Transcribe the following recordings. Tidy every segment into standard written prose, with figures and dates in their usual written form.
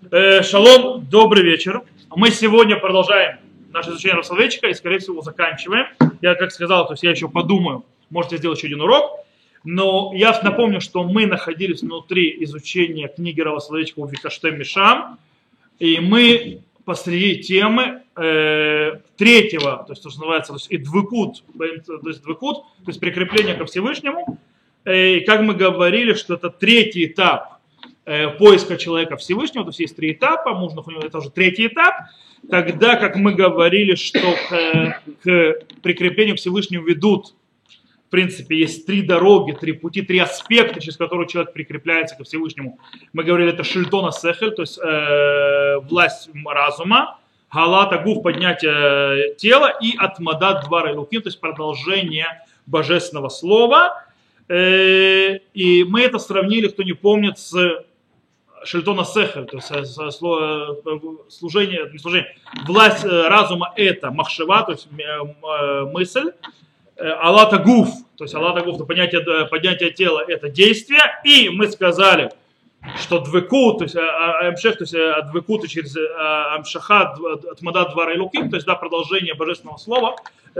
Шалом, добрый вечер. Мы сегодня продолжаем наше изучение Равсоловейчика и, скорее всего, заканчиваем. Я, как сказал, то есть я еще подумаю, можете сделать еще один урок. Но я напомню, что мы находились внутри изучения книги Равсоловейчика Викаштем Мишам. И мы посреди темы третьего, то есть то, что называется, то есть идвыкут, то есть прикрепление ко Всевышнему. И как мы говорили, что это третий этап поиска человека Всевышнего, то есть три этапа, это уже третий этап, тогда, как мы говорили, что к прикреплению к Всевышнему ведут, в принципе, есть три дороги, три пути, три аспекта, через которые человек прикрепляется ко Всевышнему. Мы говорили, это шильтона сехель, то есть власть разума, галата гуф, поднятие тела, и атмадат двара илуким, то есть продолжение божественного слова. И мы это сравнили, кто не помнит, с шельтона сехель, то есть служение, власть разума это махшева, то есть мысль, алата гуф, то есть алата гуф, поднятие тела это действие, и мы сказали, что двекут, то есть амшех, то есть от двекута через амшаха, атмадат двара илуким, то есть да, продолжение божественного слова,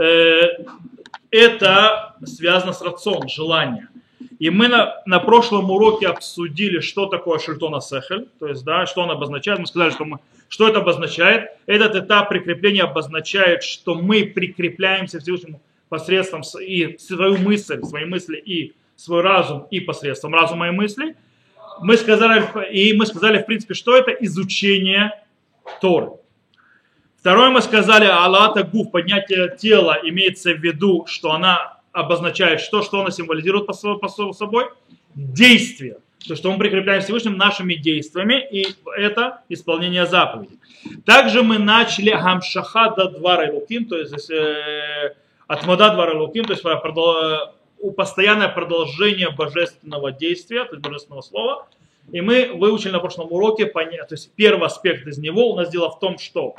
это связано с рацион, желание. И мы на прошлом уроке обсудили, что такое шельтона сехель, то есть, да, что он обозначает. Мы сказали, что это обозначает. Этот этап прикрепления обозначает, что мы прикрепляемся Всевышнему посредством и свою мысль, свои мысли и свой разум, и посредством разума и мысли. Мы сказали, в принципе, что это изучение Торы. Второе мы сказали, алата гуф, поднятие тела, имеется в виду, что она обозначает, что она символизирует по собой? Действие. То, что мы прикрепляем Всевышним нашими действиями, и это исполнение заповедей. Также мы начали гамшаха да двара илуким, то есть атмада двара илуким, то есть постоянное продолжение божественного действия, то есть божественного слова. И мы выучили на прошлом уроке, то есть первый аспект из него у нас дело в том, что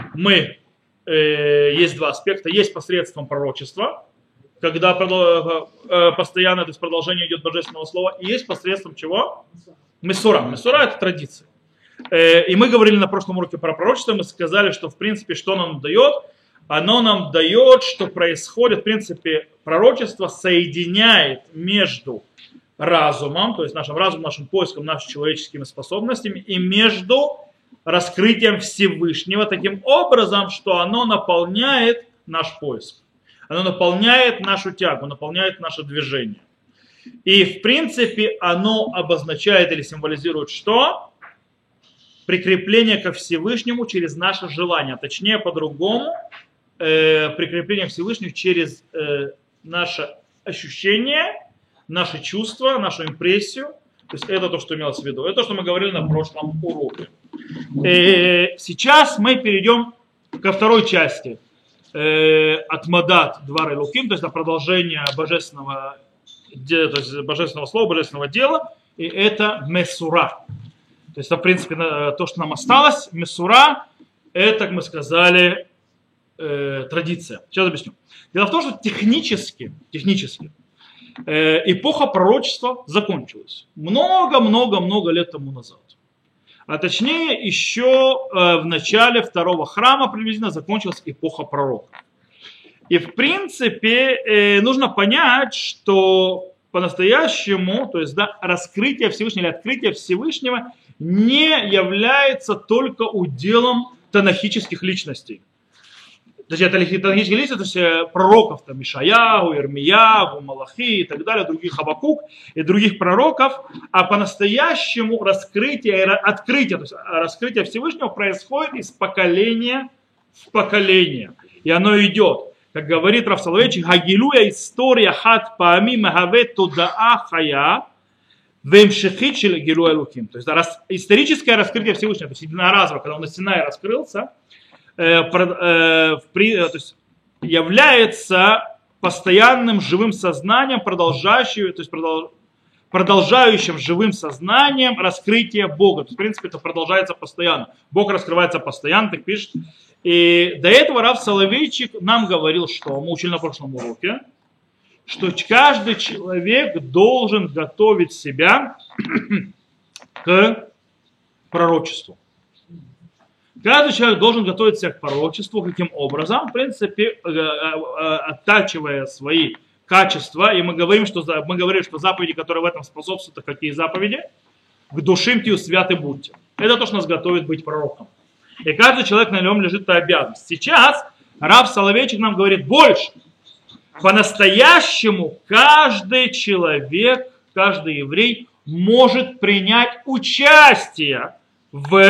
есть два аспекта. Есть посредством пророчества, когда постоянно, то есть продолжение идет божественного слова, и есть посредством чего? Месура. Месура это традиция. И мы говорили на прошлом уроке про пророчество, мы сказали, что в принципе, что оно нам дает? Оно нам дает, что происходит, в принципе, пророчество соединяет между разумом, то есть нашим разумом, нашим поиском, нашими человеческими способностями, и между раскрытием Всевышнего таким образом, что оно наполняет наш поиск. Оно наполняет нашу тягу, наполняет наше движение. И в принципе оно обозначает или символизирует что? Прикрепление ко Всевышнему через наше желание. Точнее по-другому, прикрепление к Всевышнему через наше ощущение, наши чувства, нашу импрессию. То есть это то, что имелось в виду. Это то, что мы говорили на прошлом уроке. Сейчас мы перейдем ко второй части. Атмадат двара илуким, то есть на продолжение божественного слова, божественного дела. И это месура. То есть это, в принципе, то, что нам осталось. Месура, это, как мы сказали, традиция. Сейчас объясню. Дело в том, что технически эпоха пророчества закончилась. Много лет тому назад. А точнее, еще в начале второго храма приблизительно закончилась эпоха пророка. И в принципе нужно понять, что по-настоящему, то есть да, раскрытие Всевышнего или открытие Всевышнего не является только уделом танахических личностей. То есть это танахические личности, то есть пророков, там, Ишаяху, Ирмияху, Малахи и так далее, других Хабакук и других пророков, а по-настоящему раскрытие, открытие, то есть раскрытие Всевышнего происходит из поколения в поколение. И оно идет, как говорит Рав Соловейчик, «Хагилуя история хат паами махаве тудаа хая вемшехит шел гилуя луким». То есть историческое раскрытие Всевышнего, то есть единоразово, когда он на Синае раскрылся, то есть является постоянным живым сознанием, продолжающим живым сознанием раскрытие Бога. То есть, в принципе, это продолжается постоянно. Бог раскрывается постоянно, так пишет. И до этого Рав Соловейчик нам говорил, что мы учили на прошлом уроке, что каждый человек должен готовить себя к пророчеству. Каждый человек должен готовиться к пророчеству, каким образом, в принципе, оттачивая свои качества, и мы говорим, что заповеди, которые в этом способствуют, это какие заповеди? К душимтию святы будьте. Это то, что нас готовит быть пророком. И каждый человек, на нем лежит эта обязанность. Сейчас Рав Соловейчик нам говорит больше. По-настоящему каждый человек, каждый еврей может принять участие в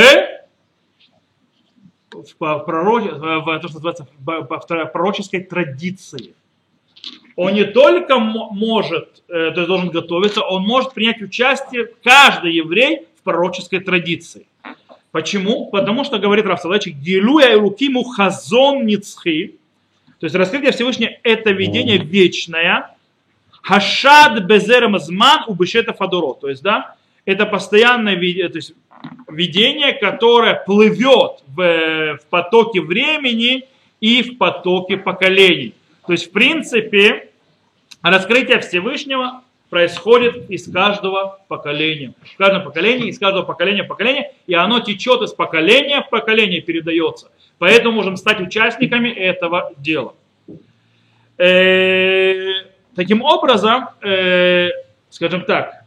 пророческой традиции. Он не только может, то есть должен готовиться, он может принять участие, каждый еврей, в пророческой традиции. Почему? Потому что, говорит Рав Соловейчик, «Гилуя элукиму хазон ницхи», то есть раскрытие Всевышнего – это видение вечное, «хашад безерем зман убешета фадоро», то есть, да, это постоянное видение, которое плывет в потоке времени и в потоке поколений. То есть, в принципе, раскрытие Всевышнего происходит из каждого поколения. В каждом поколении, из каждого поколения в поколение, и оно течет из поколения в поколение, передается. Поэтому можем стать участниками этого дела. Таким образом, скажем так,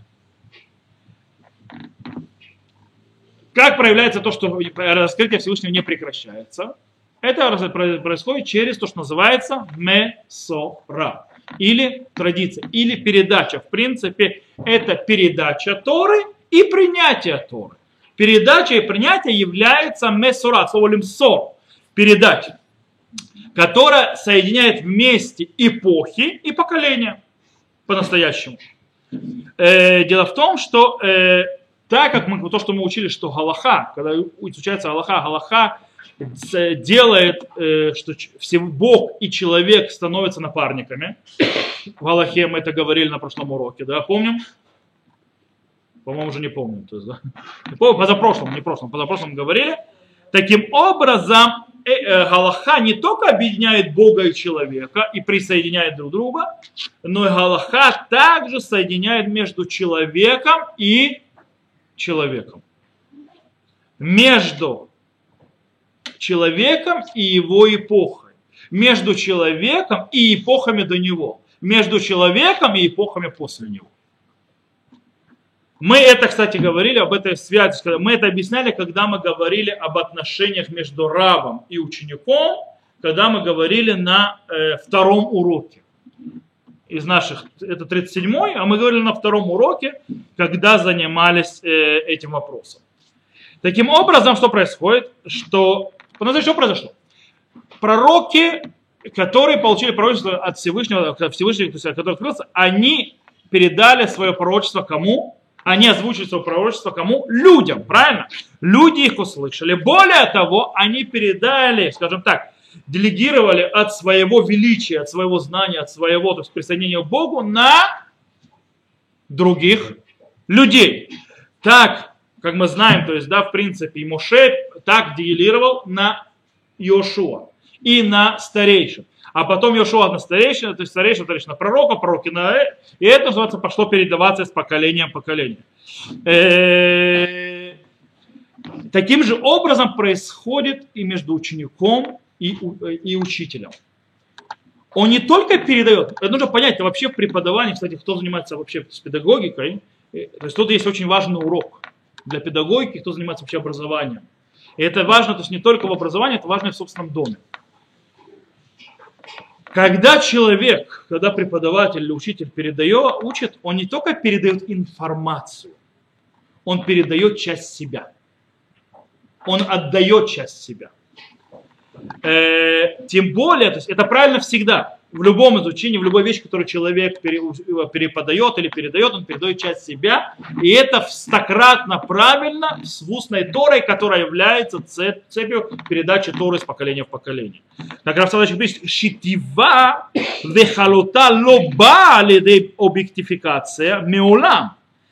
как проявляется то, что раскрытие Всевышнего не прекращается? Это происходит через то, что называется месора, или традиция, или передача. В принципе, это передача Торы и принятие Торы. Передача и принятие является месора, слово лимсор, передать, которая соединяет вместе эпохи и поколения по-настоящему. Дело в том, что так как то, что мы учили, что галаха, когда изучается галаха делает, что Бог и человек становятся напарниками. В галахе мы это говорили на прошлом уроке, да, помним? По-моему, уже не помним. То есть, да? Позапрошлом говорили. Таким образом, галаха не только объединяет Бога и человека и присоединяет друг друга, но и галаха также соединяет между человеком и человеком. Между человеком и его эпохой. Между человеком и эпохами до него. Между человеком и эпохами после него. Мы это, кстати, говорили об этой связи. Мы это объясняли, когда мы говорили об отношениях между равом и учеником, когда мы говорили на втором уроке. Из наших, это 37-й, а мы говорили на втором уроке, когда занимались этим вопросом. Таким образом, что происходит? Что произошло? Пророки, которые получили пророчество от Всевышнего, то есть, который открылся, они передали свое пророчество кому? Они озвучили свое пророчество кому? Людям, правильно? Люди их услышали. Более того, они передали, скажем так, делегировали от своего величия, от своего знания, от своего, то есть, присоединения к Богу на других людей. Так, как мы знаем, то есть, да, в принципе, и Моше так делегировал на Йошуа и на старейшин. А потом Йошуа на старейшин, то есть старейшин на пророка, пророки на и это, называется, пошло передаваться из поколения в поколение. Таким же образом происходит и между учеником и учителем. Он не только передает, это нужно понять, это вообще в преподавании, кстати, кто занимается вообще с педагогикой, то есть тут есть очень важный урок для педагогики, кто занимается вообще образованием. И это важно, то есть не только в образовании, это важно и в собственном доме. Когда человек, когда преподаватель или учитель учит, он не только передает информацию, он передает часть себя. Он отдает часть себя. Тем более, то есть это правильно всегда. В любом изучении, в любой вещи, которую человек преподает или передает, он передает часть себя. И это стократно правильно с устной Торой, которая является цепью передачи Торы из поколения в поколение. Как Рав Соловейчик пишет, «Шитива вехалота лоба лидей объектификация меулам».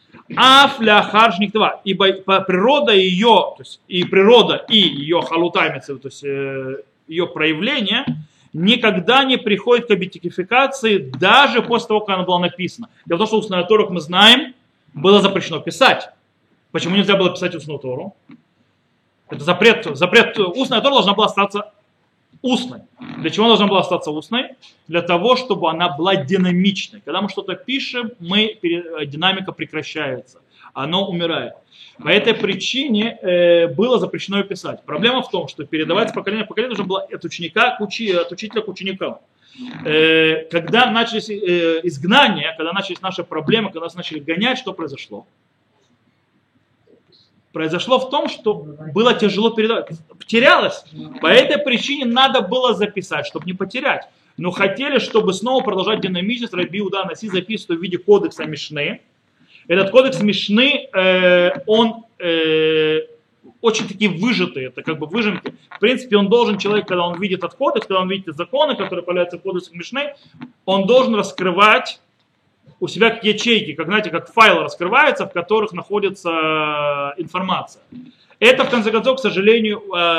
Ибо природа ее, то есть и природа и ее халута, то есть ее проявление, никогда не приходит к объектификации даже после того, как она была написана. Дело в том, что устную Тору, как мы знаем, было запрещено писать. Почему нельзя было писать устную Тору? Это запрет устная Тора должна была остаться устной. Для чего она должна была остаться устной? Для того, чтобы она была динамичной. Когда мы что-то пишем, динамика прекращается, оно умирает. По этой причине было запрещено ее писать. Проблема в том, что передавать с поколения в поколение нужно было от ученика от учителя к ученикам. Когда начались изгнания, когда начались наши проблемы, когда нас начали гонять, что произошло? Произошло в том, что было тяжело передавать. Потерялось. По этой причине надо было записать, чтобы не потерять. Но хотели, чтобы снова продолжать динамичность. Раби Иуда Наси записывает в виде кодекса Мишны. Этот кодекс Мишны, он очень такие выжатые, это как бы выжимки. В принципе, он должен, человек, когда он видит этот кодекс, когда он видит законы, которые появляются в кодексе Мишны, он должен раскрывать у себя как ячейки, как, знаете, как файлы раскрываются, в которых находится информация. Это, в конце концов, к сожалению,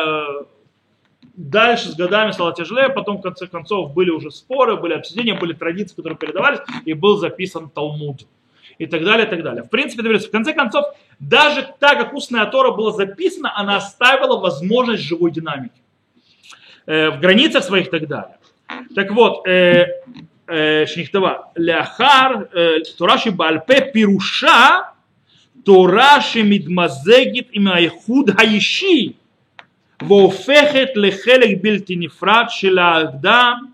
дальше с годами стало тяжелее, потом, в конце концов, были уже споры, были обсуждения, были традиции, которые передавались, и был записан Талмуд. И так далее, и так далее. В принципе, в конце концов, даже так, как устная Тора была записана, она оставила возможность живой динамики. В границах своих и так далее. Так вот, Шнихтова. Ляхар Тораши Бальпе Пируша Тораши Мидмазегит Имайхуд Хаиши Вофехет Лехелек Бильтинифрат Шеладам.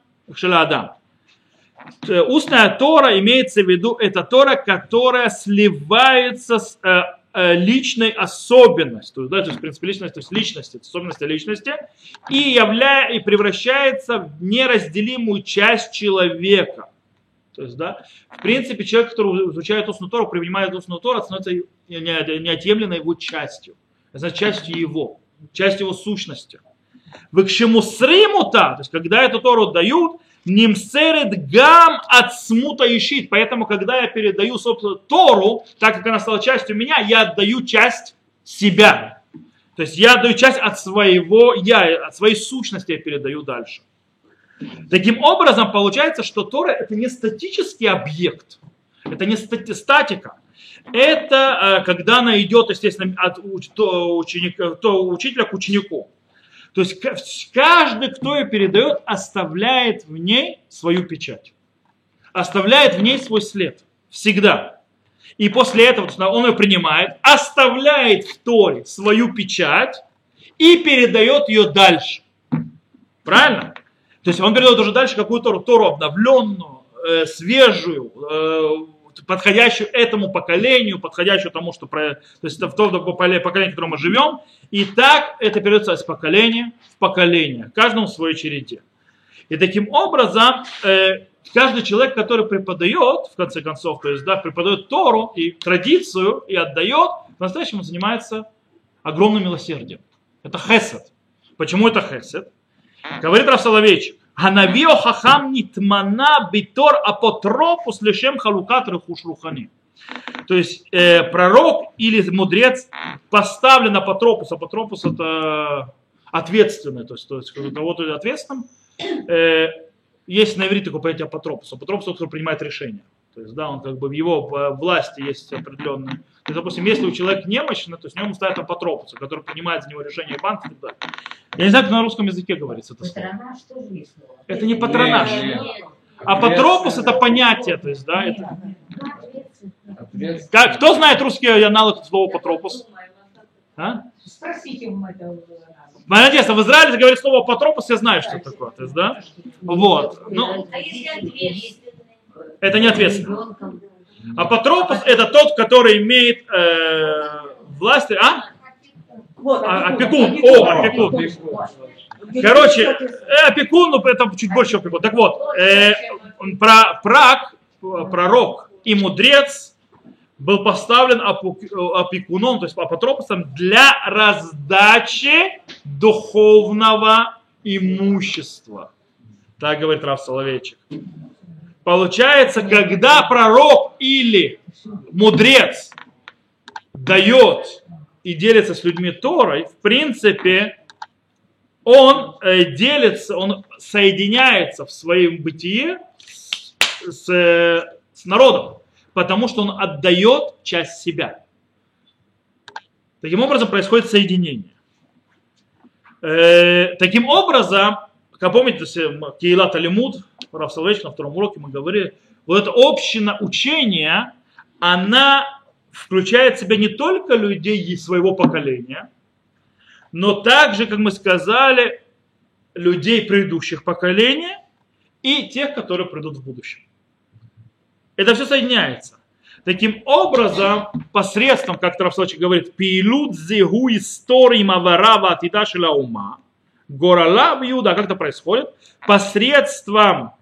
Устная Тора имеется в виду, это Тора, которая сливается с личной особенностью, да, то есть, в принципе, личность, то есть личности, особенности личности, и превращается в неразделимую часть человека. То есть, да, в принципе, человек, который изучает устную Тору, принимает устную Тору, становится неотъемлемой его частью, значит, частью его сущности. Вы к чему сримута, то есть, когда эту Тору дают, Нимсерет гам от смута ищит. Поэтому, когда я передаю, собственно, Тору, так как она стала частью меня, я отдаю часть себя. То есть я отдаю часть от своего я, от своей сущности я передаю дальше. Таким образом, получается, что Тора это не статический объект, это не статика. Это когда она идет, естественно, от учителя к ученику. То есть каждый, кто ее передает, оставляет в ней свою печать. Оставляет в ней свой след. Всегда. И после этого он ее принимает, оставляет в Торе свою печать и передает ее дальше. Правильно? То есть он передает уже дальше какую Тору обновленную, свежую, подходящую этому поколению, подходящую тому, что то есть в том поколении, в котором мы живем. И так это передается из поколения в поколение, каждому в своей череде. И таким образом, каждый человек, который преподает, в конце концов, то есть, да, преподает Тору и традицию и отдает, по-настоящему занимается огромным милосердием. Это хесед. Почему это хесед? Говорит Рав Соловейчик. Ханавио хахам нитмана битор апотропус лешем халукат рехуш рухани. То есть пророк или мудрец поставлен апотропус. Апотропус это ответственный, то есть кого-то ответственным. Есть на иврите такое понятие апотропус. Апотропус, который принимает решения. То есть, да, он как бы в его власти есть определенные. То есть, допустим, если у человека немощный, то с нему ставят апотропуса, который принимает за него решение банка и так далее. Я не знаю, как на русском языке говорится это слово. Патронаж тоже есть слово. Это не патронаж. Апотропус это понятие, то есть, да, это... Кто знает русский аналог слова апотропус? А? Спросите у этого. Молодец, а в Израиле говорит слово апотропус, я знаю, что это такое, то есть, да? Вот. Ну, А если ответственный? это не ответственно. Апотропус это тот, который имеет власть, опекун. Опекун. Короче, опекун, ну это чуть больше опекун. Так вот, пророк и мудрец был поставлен опекуном, то есть апотропусом для раздачи духовного имущества. Так говорит Рав Соловейчик. Получается, когда пророк или мудрец дает и делится с людьми Торой, в принципе, он делится, он соединяется в своем бытии с народом, потому что он отдает часть себя. Таким образом происходит соединение. Таким образом, как помните, Киилат Алимуд, Рав Соловейчик, на втором уроке мы говорили, вот эта община учения, она включает в себя не только людей своего поколения, но также, как мы сказали, людей предыдущих поколений и тех, которые придут в будущем. Это все соединяется. Таким образом, посредством, как Рав Соловейчик говорит, пилут зигу истории маварава атида шела ума, горала в Иуда, как это происходит? Посредством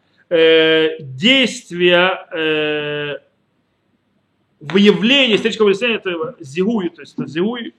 действия выявления исторического выяснения этого зигуи, то есть это зигуи.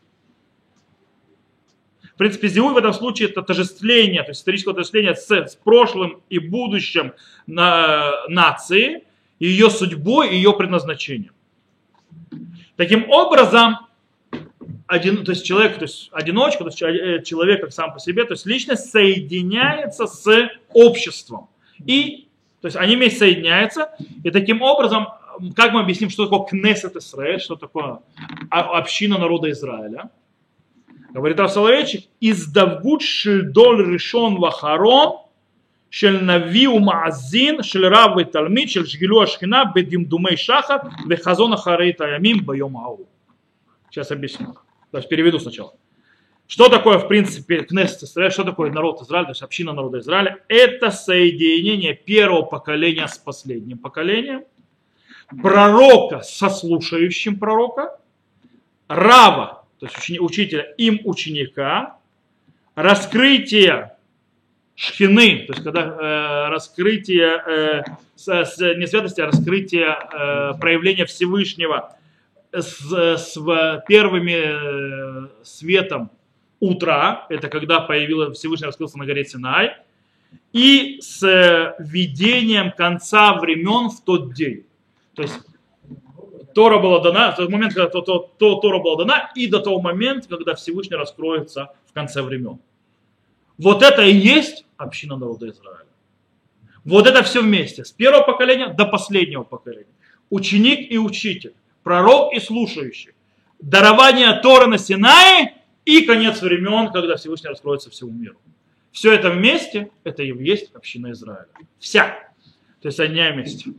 В принципе, зигуи в этом случае это отождествление, то есть историческое отождествление с прошлым и будущим нации, ее судьбой и ее предназначением. Таким образом, то есть человек, то есть одиночка, то есть человек как сам по себе, то есть личность соединяется с обществом. И, то есть они вместе соединяются, и таким образом, как мы объясним, что такое Кнесет Исраэль, что такое община народа Израиля? Говорит Рав Соловейчик, издавгут шельдоль решон вахарон, шель нави умаазин, шель рав и талмид, шель шгилу ашхина, бедимдумей шахар, вехазон ахарейт аямим байом ау. Сейчас объясню. То есть переведу сначала. Что такое, в принципе, Кнесет Исраэль, что такое народ Израиля, то есть община народа Израиля? Это соединение первого поколения с последним поколением, пророка со слушающим пророка, рава, то есть учителя, им ученика, раскрытие шхины, то есть когда раскрытие не святости, а раскрытие проявления Всевышнего с первыми светом утра, это когда Всевышний раскрылся на горе Синай, и с видением конца времен в тот день. То есть Тора была дана, в тот момент, когда Тора была дана, и до того момента, когда Всевышний раскроется в конце времен. Вот это и есть община народа Израиля. Вот это все вместе, с первого поколения до последнего поколения. Ученик и учитель, пророк и слушающий. Дарование Торы на Синае и конец времен, когда Всевышний раскроется всему миру. Все это вместе, это и есть община Израиля. Вся. То есть одна вместе.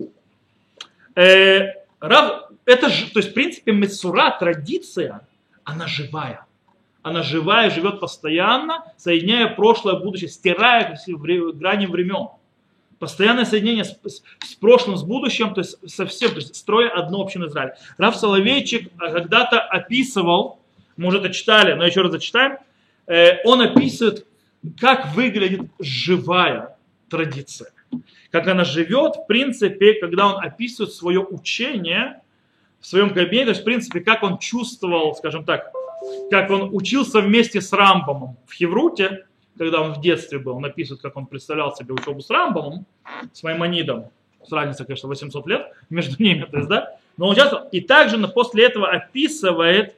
Это же, то есть, в принципе, мецура, традиция, она живая. Она живая, живет постоянно, соединяя прошлое, будущее, стирая грани времен. Постоянное соединение с прошлым, с будущим, то есть совсем, то есть строя одну общину Израиля. Рав Соловейчик когда-то описывал, мы уже это читали, но еще раз зачитаем, он описывает, как выглядит живая традиция. Как она живет, в принципе, когда он описывает свое учение в своем кабинете, то есть, в принципе, как он чувствовал, скажем так, как он учился вместе с Рамбамом в Хевруте, когда он в детстве был, он описывает, как он представлял себе учебу с Рамбамом, с Маймонидом, с разницей, конечно, 800 лет между ними, то есть, да, но он участвовал, и также после этого описывает,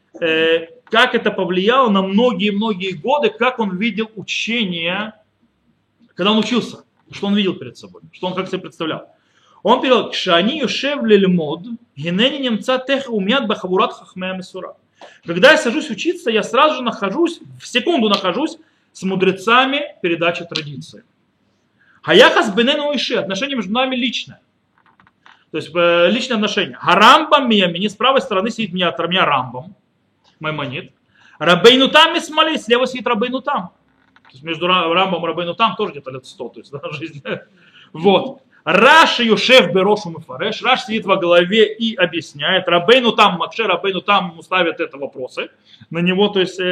как это повлияло на многие-многие годы, как он видел учение, когда он учился. Что он видел перед собой, что он как себе представлял. Он перевел, «Кшани юшев лельмод, генени немца тех умят бахавурат хахмея месура». Когда я сажусь учиться, я сразу же нахожусь, в секунду нахожусь с мудрецами передачи традиции. Хаяхас бенену иши, отношение между нами личное. То есть личное отношение. Харамбам миями, с правой стороны сидит меня Рамбам, Маймонид. Рабейну там мисмали, слева сидит Рабейну там. То есть между Рамбом и Рабейну там тоже где-то лет 100. То есть, да, жизнь. Вот. Раши Юшев Берошу Мефареш. Раш сидит во главе и объясняет. Рабейну там, Макше Рабейну там ему ставят это вопросы. На него, то есть,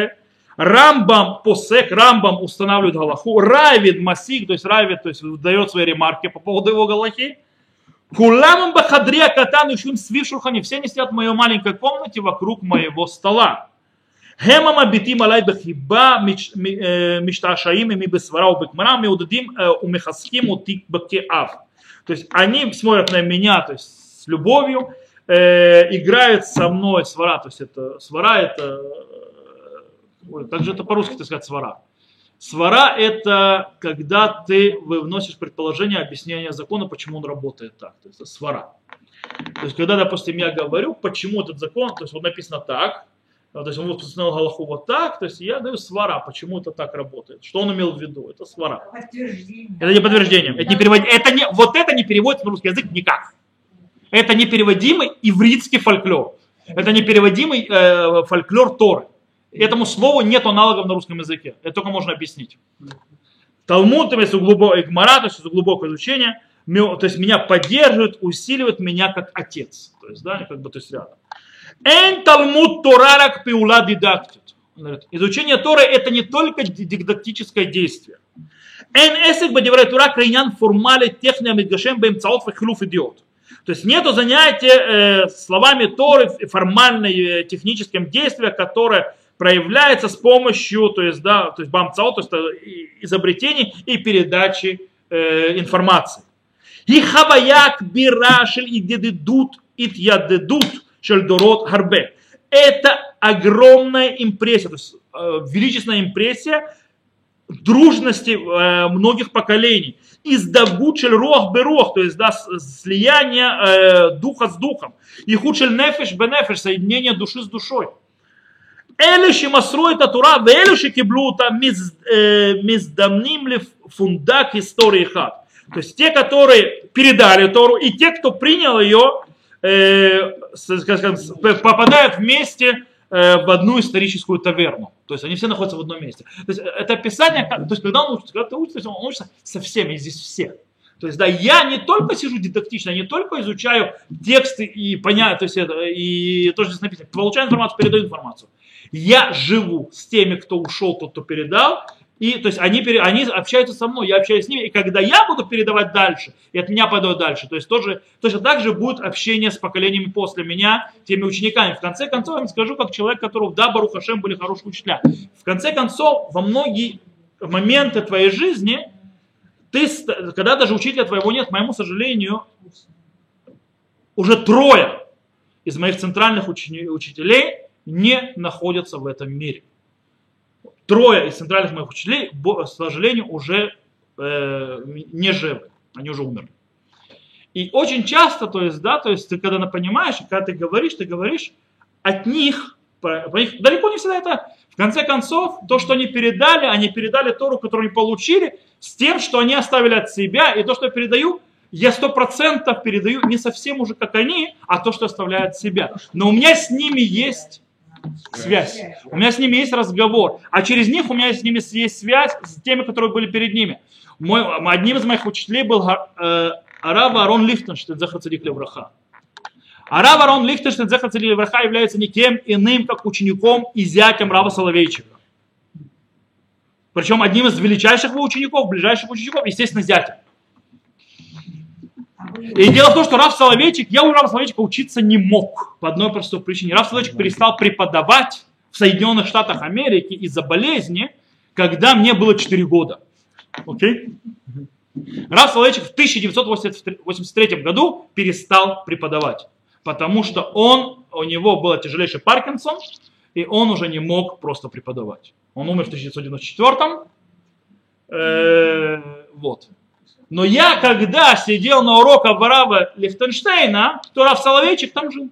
Рамбам посек, Рамбам устанавливает галаху. Равид Масик, то есть Равид, то есть, дает свои ремарки по поводу его галахи. Куламам Бахадрия Катан Ишвим Свив Шурхани. Все они сидят в моей маленькой комнате вокруг моего стола. Хемам абитим алай бахиба мишташаим ими бесвара убекмара меудадим умехаским утик бакеав. То есть они смотрят на меня, то есть с любовью, играют со мной свара. То есть это свара, это как же это по-русски так сказать свара? Свара это когда ты вносишь предположение, объяснение закона, почему он работает так. То есть это свара. То есть когда, допустим, я говорю, почему этот закон, то есть вот написано так. То есть он установил галаху вот так, то есть я даю свара, почему это так работает. Что он имел в виду? Это свара. Подтверждение. Это не подтверждение. Это не вот это не переводится на русский язык никак. Это непереводимый ивритский фольклор. Это непереводимый фольклор Торы. Этому слову нет аналогов на русском языке. Это только можно объяснить. Талмуд, то есть Гмара, то есть глубокое изучение, то есть меня поддерживает, усиливает меня как отец. То есть, да, как бы, то есть рядом. Эн Талмуд Торарак пиула дидактит. Изучение Торы это не только дидактическое действие. Эн эсек бадеврей Тора крайнян формале техния мидгашем бэмцаот вахилуф идиот. То есть нету занятия словами Торы формальное техническим действием, которое проявляется с помощью, то есть, да, то есть бамцаот, то есть изобретений и передачи информации. И хаваяк бирашель и дедедут ит ядедут шельдорот харбе. Это огромная импрессия, то есть величественная импрессия дружности многих поколений. Издавгучель рох берох, то есть да, слияние духа с духом. И худшель нефеш бенефеш, соединение души с душой. Элюши масрует атура, велюши киблута миздамним ли фундак истории хат. То есть те, которые передали Тору, и те, кто принял ее, попадают вместе в одну историческую таверну. То есть они все находятся в одном месте. То есть это описание, то есть когда он учится, когда ты учишься, он учится со всеми, здесь все. То есть да, я не только сижу дидактично, я не только изучаю тексты и понятно, то есть это, и то, что здесь написано, получаю информацию, передаю информацию. Я живу с теми, кто ушел, тот, кто передал, и то есть они общаются со мной, я общаюсь с ними, и когда я буду передавать дальше, и от меня пойдут дальше, то есть тоже, точно так же будет общение с поколениями после меня, теми учениками. В конце концов, я вам скажу, как человек, которого, да, Барух Хашем, были хорошие учителя. В конце концов, во многие моменты твоей жизни, ты, когда даже учителя твоего нет, к моему сожалению, уже 3 из моих центральных учителей не находятся в этом мире. 3 из центральных моих учителей, к сожалению, уже не живы. Они уже умерли. И очень часто, то есть, да, то есть ты когда понимаешь, когда ты говоришь от них, далеко не всегда это, в конце концов, то, что они передали Тору, которую они получили, с тем, что они оставили от себя, и то, что я передаю, я 100% передаю не совсем уже как они, а то, что оставляют от себя. Но у меня с ними есть связь, у меня с ними есть разговор, а через них у меня с ними есть связь с теми, которые были перед ними. Одним из моих учителей был Рав Аарон Лихтенштейн, зехер цадик левраха. А Рав Аарон Лихтенштейн, зехер цадик левраха, является никем иным, как учеником и зятем Рава Соловейчика. Причем одним из величайших его учеников, ближайших учеников, естественно, зятем. И дело в том, что Рав Соловейчик, я у Рава Соловейчика учиться не мог по одной простой причине. Рав Соловейчик перестал преподавать в Соединенных Штатах Америки из-за болезни, когда мне было 4 года. Окей? Рав Соловейчик в 1983 году перестал преподавать, потому что у него был тяжелейший Паркинсон, и он уже не мог просто преподавать. Он умер в 1994. Вот. Но я, когда сидел на уроках Рава Лихтенштейна, то Рав Соловейчик там жил.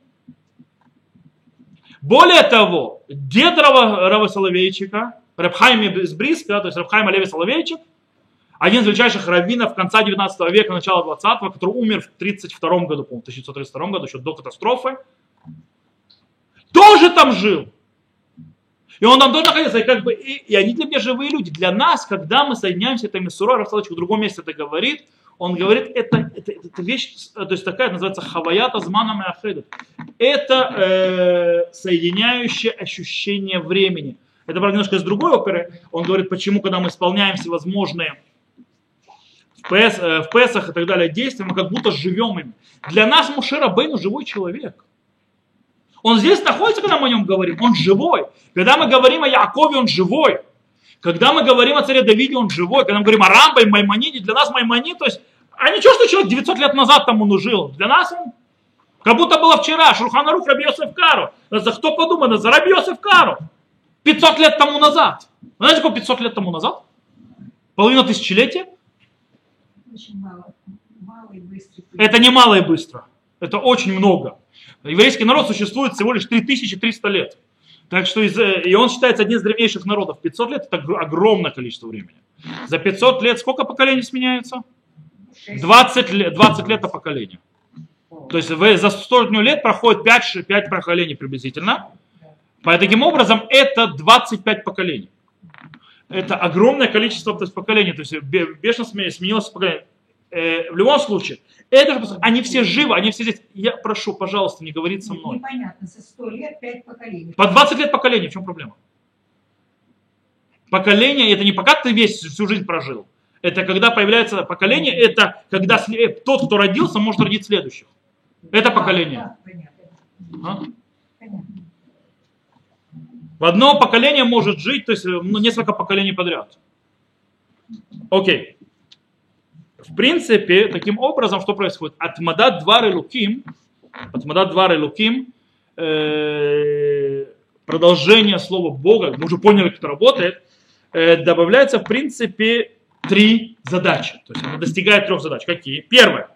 Более того, дед Рава Соловейчика, Рав Хаим из Бриска, то есть Рав Хаим Алеви Соловейчик, один из величайших раввинов конца 19 века, начала 20-го, который умер в 1932 году, по-моему, в 1932 году, еще до катастрофы, тоже там жил. И он там тоже находится, и они для меня живые люди. Для нас, когда мы соединяемся, это Мисурой, Рав Соловейчик в другом месте это говорит, он говорит, это вещь, то есть такая, называется хаваята змана меахедет. Это соединяющее ощущение времени. Это, правда, немножко из другой оперы. Он говорит, почему, когда мы исполняем всевозможные в Песах и так далее действия, мы как будто живем им. Для нас Моше Рабейну живой человек. Он здесь находится, когда мы о нем говорим, он живой. Когда мы говорим о Яакове, он живой. Когда мы говорим о царе Давиде, он живой. Когда мы говорим о Рамбе, Маймониде, для нас Маймонид, то есть, а ничего, что человек 900 лет назад там он жил. Для нас он как будто было вчера. Шулхан Арух Раби Йосеф Кару. За кто подумано? За Раби Йосеф Кару. 500 лет тому назад. Вы знаете, сколько 500 лет тому назад? Половина тысячелетия? Очень мало и быстро. Это не мало и быстро. Это очень много. Еврейский народ существует всего лишь 3300 лет. Так что и он считается одним из древнейших народов. 500 лет это огромное количество времени. За 500 лет сколько поколений сменяется? 20 лет на поколение. То есть за 100 лет проходит 5 поколений приблизительно. Таким образом, это 25 поколений. Это огромное количество поколений. То есть бешено сменилось поколение. В любом случае, они все живы, они все здесь. Я прошу, пожалуйста, не говорить со мной. Непонятно, за 100 лет 5 поколений. По 20 лет поколения, в чем проблема? Поколение, это не пока ты всю жизнь прожил. Это когда появляется поколение, это когда тот, кто родился, может родить следующих. Это поколение. Да, понятно. В одно поколение может жить, то есть несколько поколений подряд. Окей. В принципе, таким образом, что происходит? Атмадат двар элуким, продолжение слова Бога, мы уже поняли, как это работает, добавляется, в принципе, 3 задачи. То есть оно достигает 3 задач. Какие? Первое.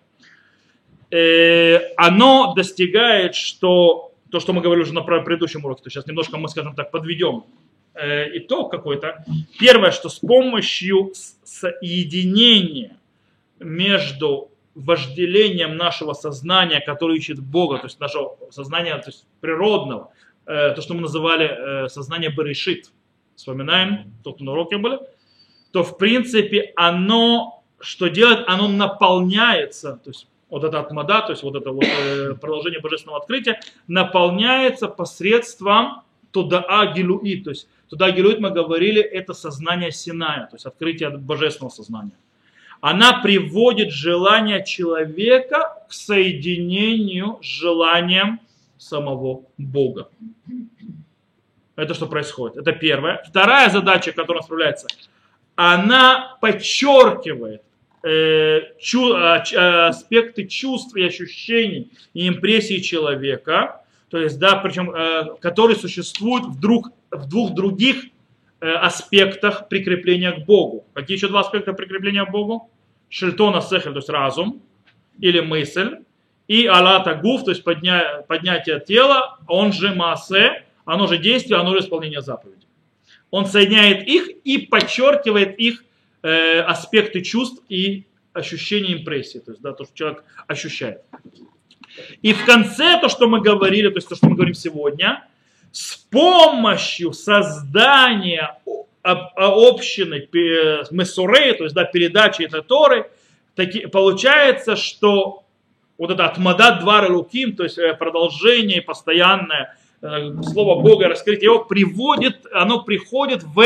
Оно достигает, что то, что мы говорили уже на предыдущем уроке, то сейчас немножко мы, скажем так, подведем итог какой-то. Первое, что с помощью соединения между вожделением нашего сознания, которое ищет Бога, то есть нашего сознания, то есть природного, то, что мы называли сознание Берешит, вспоминаем, только на уроке были, то в принципе оно, что делает, оно наполняется, то есть вот это атмада, то есть вот это вот продолжение божественного открытия, наполняется посредством тудаа гилуит, то есть тудаа гилуит, мы говорили, это сознание Синая, то есть открытие божественного сознания. Она приводит желание человека к соединению с желанием самого Бога. Это что происходит? Это первое. Вторая задача, которая справляется, она подчеркивает аспекты чувств и ощущений и импрессий человека, то есть, да, причем, которые существуют в двух других аспектах прикрепления к Богу. Какие еще 2 аспекта прикрепления к Богу? Шельтона сехель, то есть разум или мысль, и алата гуф, то есть поднятие тела, он же маасе, оно же действие, оно же исполнение заповедей. Он соединяет их и подчеркивает их аспекты чувств и ощущений импрессии, то есть да, то, что человек ощущает. И в конце то, что мы говорили, то есть то, что мы говорим сегодня, с помощью создания общины месурей, то есть да, передачи этой Торы, получается, что вот это атмадат двар элуким, то есть продолжение, постоянное слово Бога, раскрытие его, оно приходит в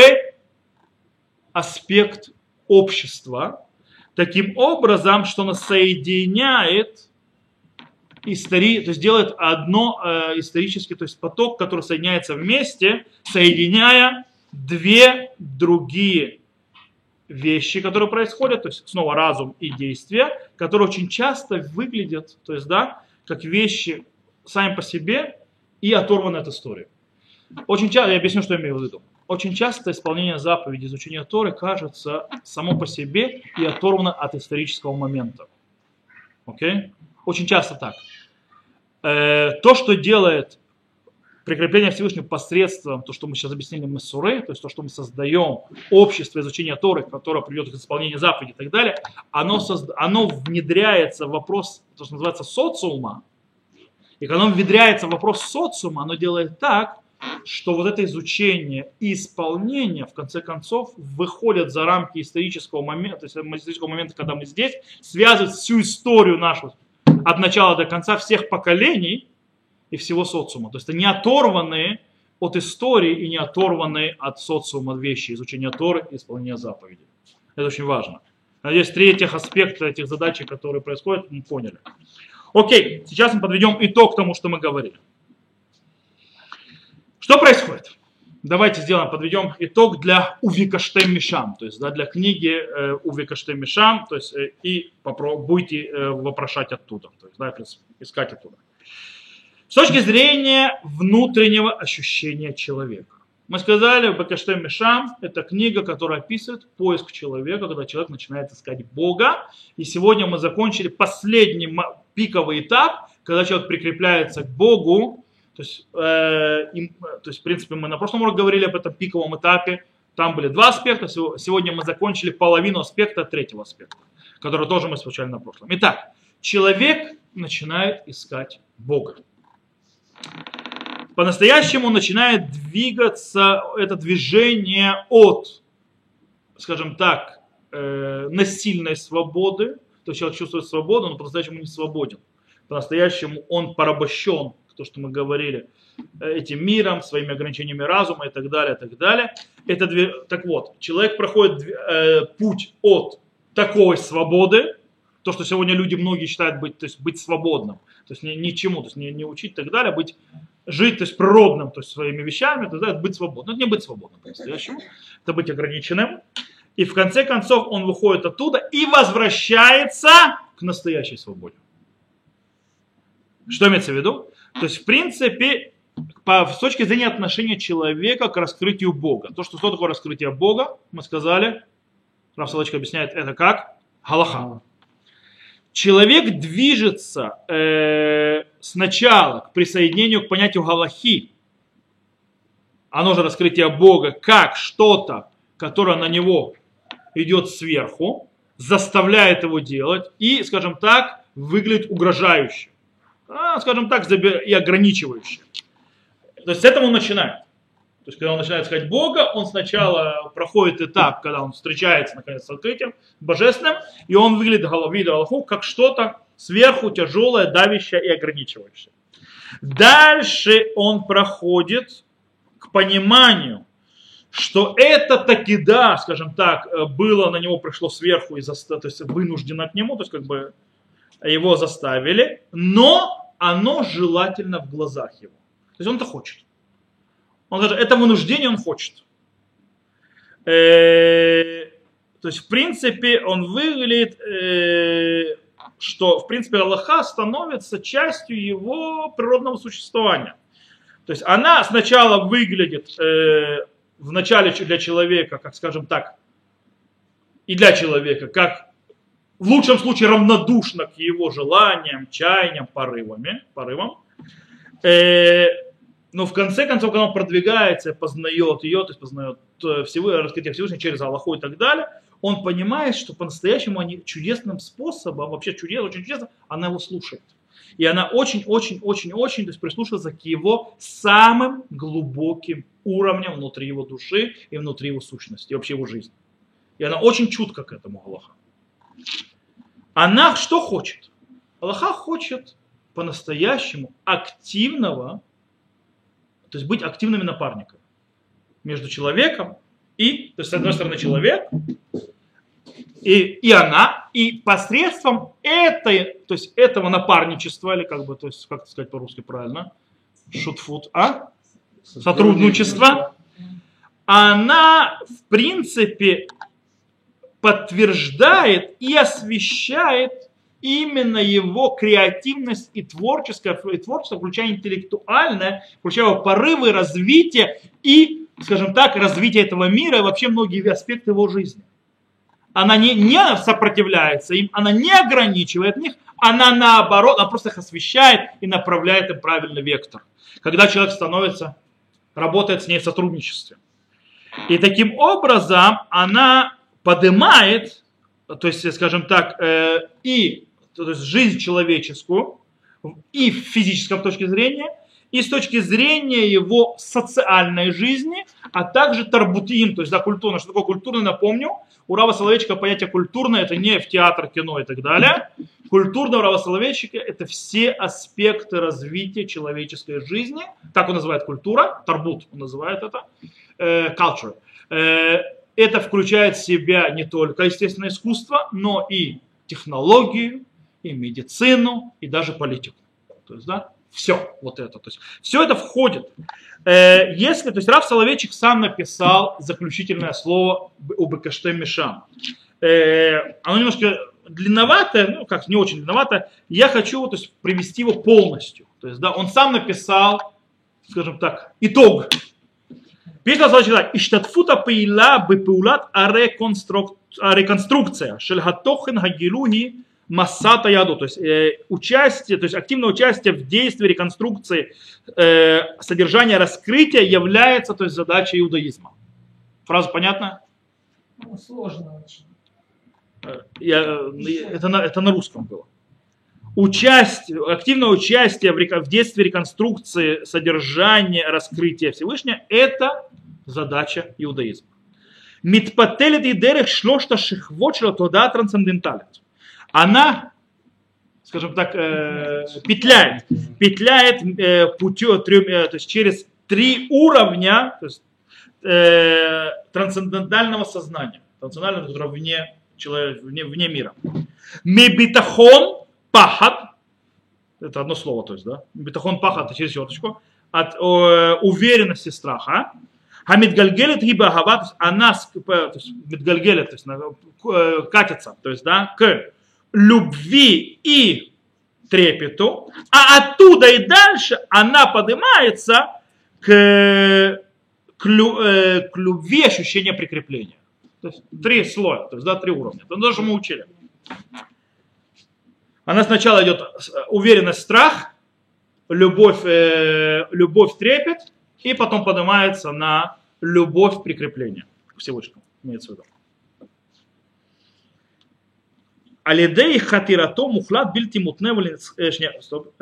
аспект общества, таким образом, что оно соединяет то есть делает одно исторический, то есть поток, который соединяется вместе, соединяя 2 другие вещи, которые происходят, то есть снова разум и действие, которые очень часто выглядят, то есть да, как вещи сами по себе и оторваны от истории. Очень часто, я объясню, что я имею в виду. Очень часто исполнение заповедей, изучение Торы кажется само по себе и оторвано от исторического момента. Окей? Очень часто так. То, что делает прикрепление Всевышнего посредством, то, что мы сейчас объяснили месурей, то есть то, что мы создаем общество изучения Торы, которое приведет к исполнению заповедей и так далее, оно внедряется в вопрос, то, что называется социума. И когда оно внедряется в вопрос социума, оно делает так, что вот это изучение и исполнение, в конце концов, выходят за рамки исторического момента, то есть исторического момента, когда мы здесь, связывают всю историю нашу от начала до конца, всех поколений и всего социума. То есть это не оторванные от истории и не оторванные от социума вещи, изучения Торы и исполнения заповедей. Это очень важно. Надеюсь, 3 аспекта этих задач, которые происходят, мы поняли. Окей, сейчас мы подведем итог тому, что мы говорили. Что происходит? Давайте подведем итог для Увикаштем Мишам, то есть да, для книги Увикаштем Мишам, то есть и будете вопрошать оттуда, то есть да, искать оттуда. С точки зрения внутреннего ощущения человека. Мы сказали, Увикаштем Мишам – это книга, которая описывает поиск человека, когда человек начинает искать Бога. И сегодня мы закончили последний пиковый этап, когда человек прикрепляется к Богу, в принципе, мы на прошлом уроке говорили об этом пиковом этапе. Там были два аспекта. Сегодня мы закончили половину аспекта третьего аспекта, который тоже мы изучали на прошлом. Итак, человек начинает искать Бога. По-настоящему начинает двигаться это движение от, скажем так, насильной свободы. То есть человек чувствует свободу, но по-настоящему не свободен. По-настоящему он порабощен, то, что мы говорили, этим миром, своими ограничениями разума и так далее, и так далее. Так вот, человек проходит путь от такой свободы, то, что сегодня люди многие считают быть свободным, то есть ничему, то есть не учить и так далее, жить, то есть природным, то есть своими вещами, то есть быть свободным. Это не быть свободным по-настоящему, это быть ограниченным. И в конце концов он выходит оттуда и возвращается к настоящей свободе. Что имеется в виду? То есть, в принципе, с точки зрения отношения человека к раскрытию Бога. Что такое раскрытие Бога, мы сказали, Рав Соловейчик объясняет это как галаха. Человек движется сначала к присоединению к понятию галахи, оно же раскрытие Бога, как что-то, которое на него идет сверху, заставляет его делать и, скажем так, выглядит угрожающе, скажем так, и ограничивающе. То есть с этого он начинает. То есть, когда он начинает искать Бога, он сначала проходит этап, когда он встречается, наконец, с открытием божественным, и он выглядит Аллаху как что-то сверху тяжелое, давящее и ограничивающее. Дальше он проходит к пониманию, что это таки да, скажем так, было на него, пришло сверху, то есть вынуждено к нему, то есть как бы его заставили, но оно желательно в глазах его. То есть он это хочет. Он говорит, это вынуждение он хочет. То есть, в принципе, он выглядит, что, в принципе, Аллаха становится частью его природного существования. То есть, она сначала выглядит вначале для человека, как, скажем так, и для человека, как в лучшем случае равнодушно к его желаниям, чаяниям, порывам. Но в конце концов, когда он продвигается, познает ее, то есть познает раскрытие Всевышнего через Аллаху и так далее, он понимает, что по-настоящему они чудесным способом, вообще очень чудесно, она его слушает. И она очень-очень-очень-очень, то есть прислушивается к его самым глубоким уровням внутри его души и внутри его сущности, и вообще его жизни. И она очень чутка к этому Аллаха. Она что хочет? Аллаха хочет по-настоящему активного, то есть быть активными напарниками между человеком и, то есть с одной стороны человек и она, и посредством то есть этого напарничества, или как бы, то есть, как сказать по-русски правильно, сотрудничества, она в принципе подтверждает и освещает именно его креативность и творчество, включая интеллектуальное, включая его порывы, развитие и, скажем так, развитие этого мира и вообще многие аспекты его жизни. Она не сопротивляется им, она не ограничивает их, она наоборот, она просто их освещает и направляет им правильный вектор. Когда человек работает с ней в сотрудничестве. И таким образом она поднимает, то есть, скажем так, то есть жизнь человеческую и в физическом точке зрения, и с точки зрения его социальной жизни, а также тарбутин, то есть культурно. Что такое культурно, напомню. У Рава Соловейчика понятие культурное, это не в театр, кино и так далее. Культурно у Рава Соловейчика это все аспекты развития человеческой жизни. Так он называет культура, тарбут он называет это, culture. Это включает в себя не только естественное искусство, но и технологию, и медицину, и даже политику. То есть, да, все вот это. То есть, все это входит. То есть Рав Соловейчик сам написал заключительное слово «Убекаштем Мишам». Оно немножко длинноватое, не очень длинноватое. Я хочу привести его полностью. То есть, да, он сам написал, скажем так, итог. Пишет Соловейчик так: «Иштатфута пейла бепеулат ареконструкция, шель хатохен хагилуги массата яду, то есть участие, то есть активное участие в действии реконструкции содержания раскрытия является, то есть, задачей иудаизма. Фраза понятна? Ну, сложно очень. Это на русском было. Активное участие в действии реконструкции содержания раскрытия Всевышнего – это задача иудаизма. Митпателет и дерех шлошта шихвочла тода трансценденталит. Она, скажем так, петляет путем, то есть через 3 уровня, то есть, трансцендентального сознания, трансцендентального, которое вне мира. Мебитахон пахат, это одно слово, то есть, да, битахон пахат, это через черточку, от уверенности страха. Хамидгальгелет гиба агава, то есть она, мидгальгелет, то есть катится, то есть, да, к любви и трепету, а оттуда и дальше она поднимается к любви ощущения прикрепления. То есть 3 слоя, то есть, да, 3 уровня. Это то, что мы учили. Она сначала идет уверенность, страх, любовь, трепет, и потом поднимается на любовь прикрепления к Всевышнему. Имеется в виду. Алидей хатирато мухлад бильти мутневалин. Стоп.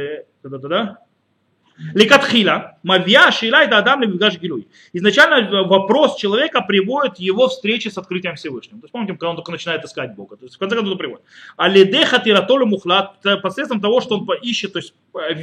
Лекатхила, мавья, шилай, да адам, лебигаш гилуй. Изначально вопрос человека приводит его встречи с открытием Всевышнего. То есть помните, когда он только начинает искать Бога. То есть в конце концов приводит. А ледеха тиратолю мухлад, посредством того, что он ищет, то есть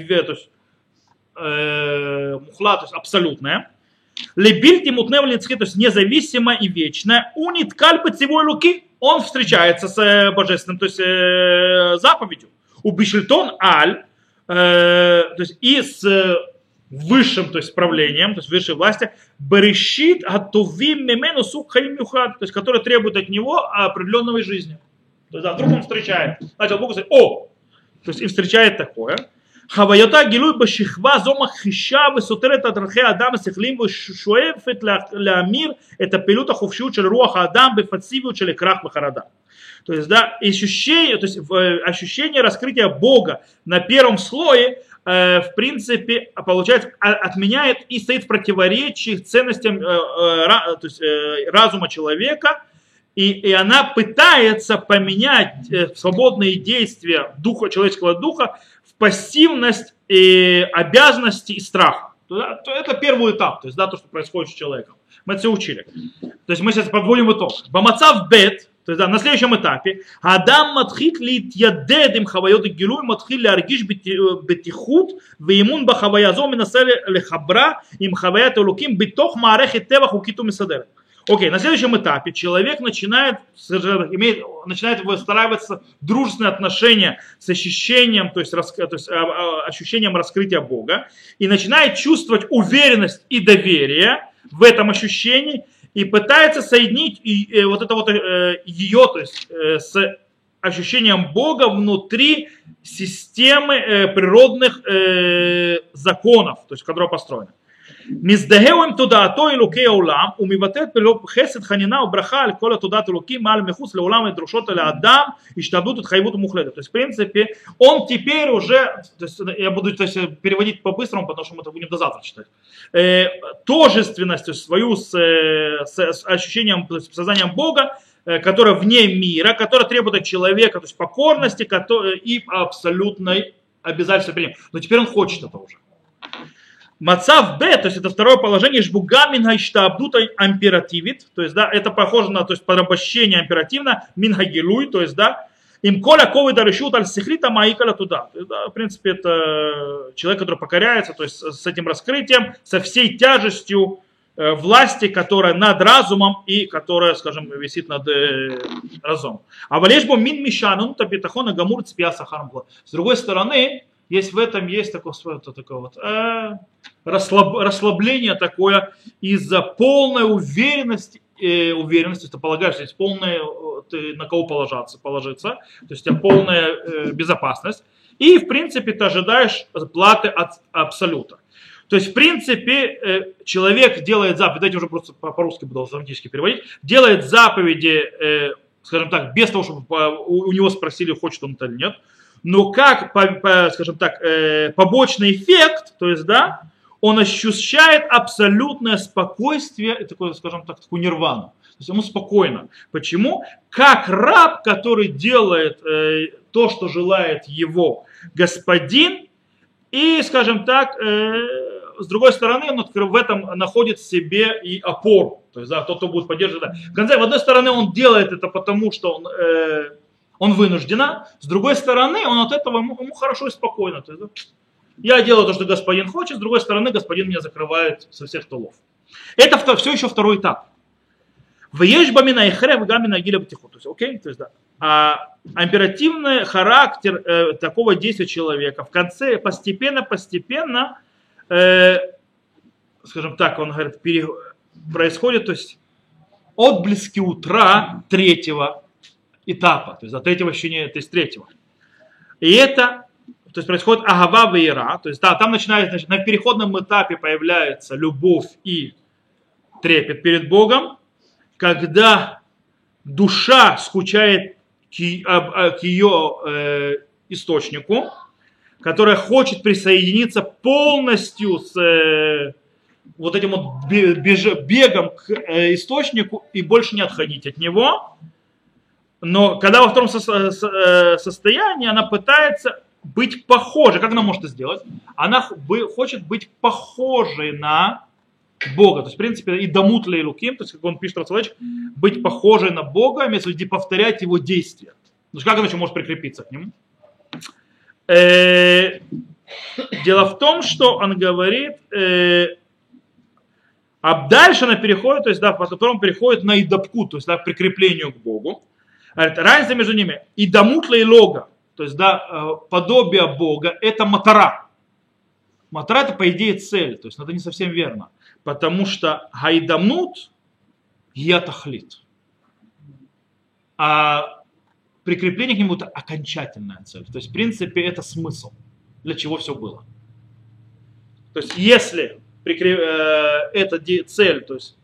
мухлад, то есть абсолютное. Лебильти мутневлицки, то есть независимо и вечное. Унит кальпы цивой луки, он встречается с божественным, то есть заповедью. У бишельтон аль, то есть и с высшим, то есть правлением, то есть высшей власти, берешит атувим мемену сук хаим юхад, то есть который требует от него определенной жизни. То есть, да, вдруг он встречает, начал Бог говорить, то есть и встречает такое. Хавайота гилуй башихва зома хиша высотерет адрахе адама сихлим вшуэфет ля мир это пилута хувшиут шель руаха адам бефацивиут шель крах бахарада. То есть, да, ощущение раскрытия Бога на первом слое, в принципе, получается, отменяет и стоит в противоречии ценностям то есть, разума человека, и она пытается поменять свободные действия духа, человеческого духа в пассивность, обязанности и страха. То это первый этап, то есть, да, то, что происходит с человеком. Мы это все учили. То есть мы сейчас подводим итог. Бамацав бет, то есть, да, на следующем этапе, Адам матхит лит ядед им хавайот и гилуй, матхит ляргиш бетихут, веимун бахаваязо минасели лехабра, им хаваят улуким, битох маарехи тевах укиту мисадер. Окей, на следующем этапе человек начинает выстраиваться дружественные отношения с ощущением, то есть ощущением раскрытия Бога, и начинает чувствовать уверенность и доверие в этом ощущении, и пытается соединить вот это вот ее, то есть с ощущением Бога внутри системы природных законов, то есть, которая построена. מזדהה תודעתו אלוקי העולם ומבטאת בחסד חנינה וברכה על כל התודעת אלוקים מעל מחוץ לעולם ודרושות לאדם השתעבדות התחייבות мухледа. То есть в принципе он теперь уже, то есть, я буду переводить по-быстрому, потому что мы это будем до завтра читать, тожественность, то есть свою с ощущением, то есть сознанием Бога, которая вне мира, которая требует от человека, то есть покорности и абсолютной обязательства перед ним. Но теперь он хочет это уже. Мацав Б, то есть это второе положение, жбуга минхайштабдута амперативит, то есть, да, это похоже на, то есть, порабощение императивно, минхагилуй, то есть, да, им коля ковы дарышут аль сихлита маикаля туда. Да, в принципе, это человек, который покоряется, то есть, с этим раскрытием, со всей тяжестью власти, которая над разумом и которая, скажем, висит над разумом. А валежбу мин мишанун табитахона гамур цпия сахармгла. С другой стороны, в этом есть такое вот, расслабление такое из-за полной уверенности, ты полагаешь, есть полная, ты на кого положиться, то есть у тебя полная безопасность, и в принципе ты ожидаешь платы от абсолюта. То есть в принципе человек делает заповеди, давайте уже просто по-русски буду автоматически переводить, делает заповеди скажем так, без того, чтобы у него спросили, хочет он это или нет. Но как, скажем так, побочный эффект, то есть, да, он ощущает абсолютное спокойствие, такое, скажем так, такую нирвану. То есть ему спокойно. Почему? Как раб, который делает то, что желает его господин, и, скажем так, с другой стороны, он в этом находит в себе и опору. То есть, да, тот, кто будет поддерживать. Да. В конце, в одной стороне он делает это потому, что он вынужденно, с другой стороны, он от этого ему хорошо и спокойно. То есть, да, я делаю то, что господин хочет, с другой стороны, господин меня закрывает со всех тылов. Это все еще второй этап. Веешь бамина и хрев гамина гиля бтиху. То есть, окей, то есть, да. А императивный характер такого действия человека в конце постепенно, скажем так, он говорит, происходит, то есть отблески утра третьего этапа, то есть до третьего ощущения, то есть третьего. И это, то есть происходит агава веера, то есть да, там начинается, значит, на переходном этапе появляется любовь и трепет перед Богом, когда душа скучает к ее источнику, которая хочет присоединиться полностью с вот этим вот бегом к источнику и больше не отходить от него. Но когда во втором состоянии она пытается быть похожей, как она может это сделать? Она хочет быть похожей на Бога. То есть, в принципе, и дамут лей луким, то есть, как он пишет Равсоловейчик, быть похожей на Бога, имеется в виду повторять его действия. То есть, как она еще может прикрепиться к нему? Дело в том, что он говорит, а дальше она переходит, то есть, да, потом переходит на идапку, то есть, да, к прикреплению к Богу. Разница между ними, идамут лей лога, то есть, да, подобие Бога, это матара. Матара это, по идее, цель, то есть, это не совсем верно. Потому что гайдамнут ятахлит. А прикрепление к нему это окончательная цель. То есть, в принципе, это смысл, для чего все было. То есть, если эта цель, то есть,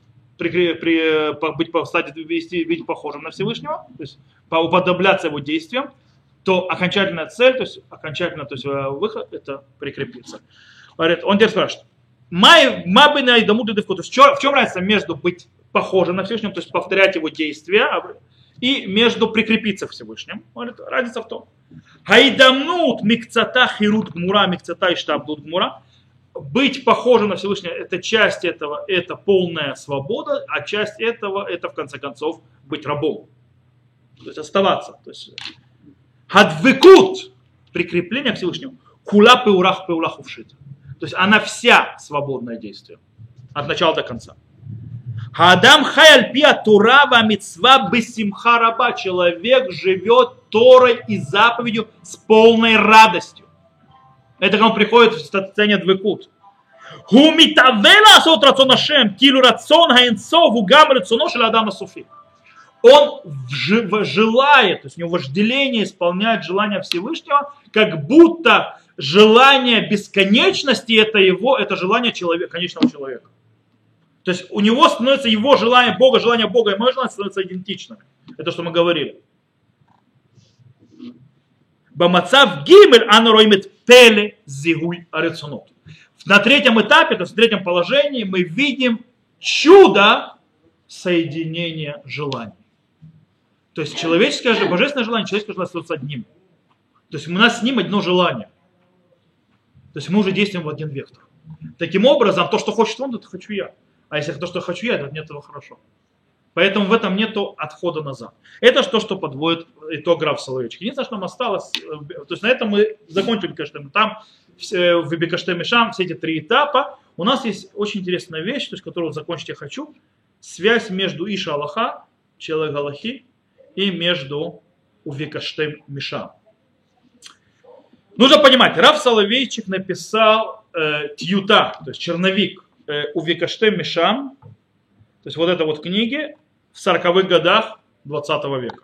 быть похожим на Всевышнего, то есть, уподобляться его действиям, то окончательная цель, то есть, выход, это прикрепиться. Он теперь спрашивает, то есть, в чем разница между быть похожим на Всевышнего, то есть повторять его действия, и между прикрепиться к Всевышнему? Разница в том. Хайдамнут микцата хирут гмура, микцата иштабдут гмура. Быть похожим на Всевышнего, это часть этого, это полная свобода, а часть этого, это в конце концов быть рабом. То есть оставаться. То есть хадвекут, прикрепление к Всевышнему, кула пеурах пеулах увшит. То есть она вся свободное действие. От начала до конца. Адам хайальпия турава мицва бесимха раба. Человек живет Торой и заповедью с полной радостью. Это когда он приходит в состояние двекут. Хумитавела сот рацон Ашем, килу рацон хаинцов, угам рацоно шел Адама суфи. Он желает, то есть у него вожделение исполняет желание Всевышнего, как будто желание бесконечности это желание человека, конечного человека. То есть у него становится его желание Бога и мое желание становятся идентичными. Это что мы говорили. Бамацав гимель анароимет пеле зигуй арецунот. На третьем этапе, то есть в третьем положении, мы видим чудо соединения желаний. То есть человеческое, божественное желание, человеческое желание остается одним. То есть у нас с ним одно желание. То есть мы уже действуем в один вектор. Таким образом, то, что хочет он, это хочу я. А если то, что хочу я, то нет, этого хорошо. Поэтому в этом нет отхода назад. Это то, что подводит итог Равсоловейчик. Единственное, что нам осталось, то есть на этом мы закончили Бикаштем. Там в Бикаштем Мишам все эти три этапа. У нас есть очень интересная вещь, то есть, которую закончить я хочу. Связь между Иша Аллаха, человек Аллахи, и между Увикаштем Мишам. Нужно понимать, Рав Соловейчик написал тьюта, то есть черновик Увикаштем Мишам, то есть вот это вот книги в 40-х годах 20 века.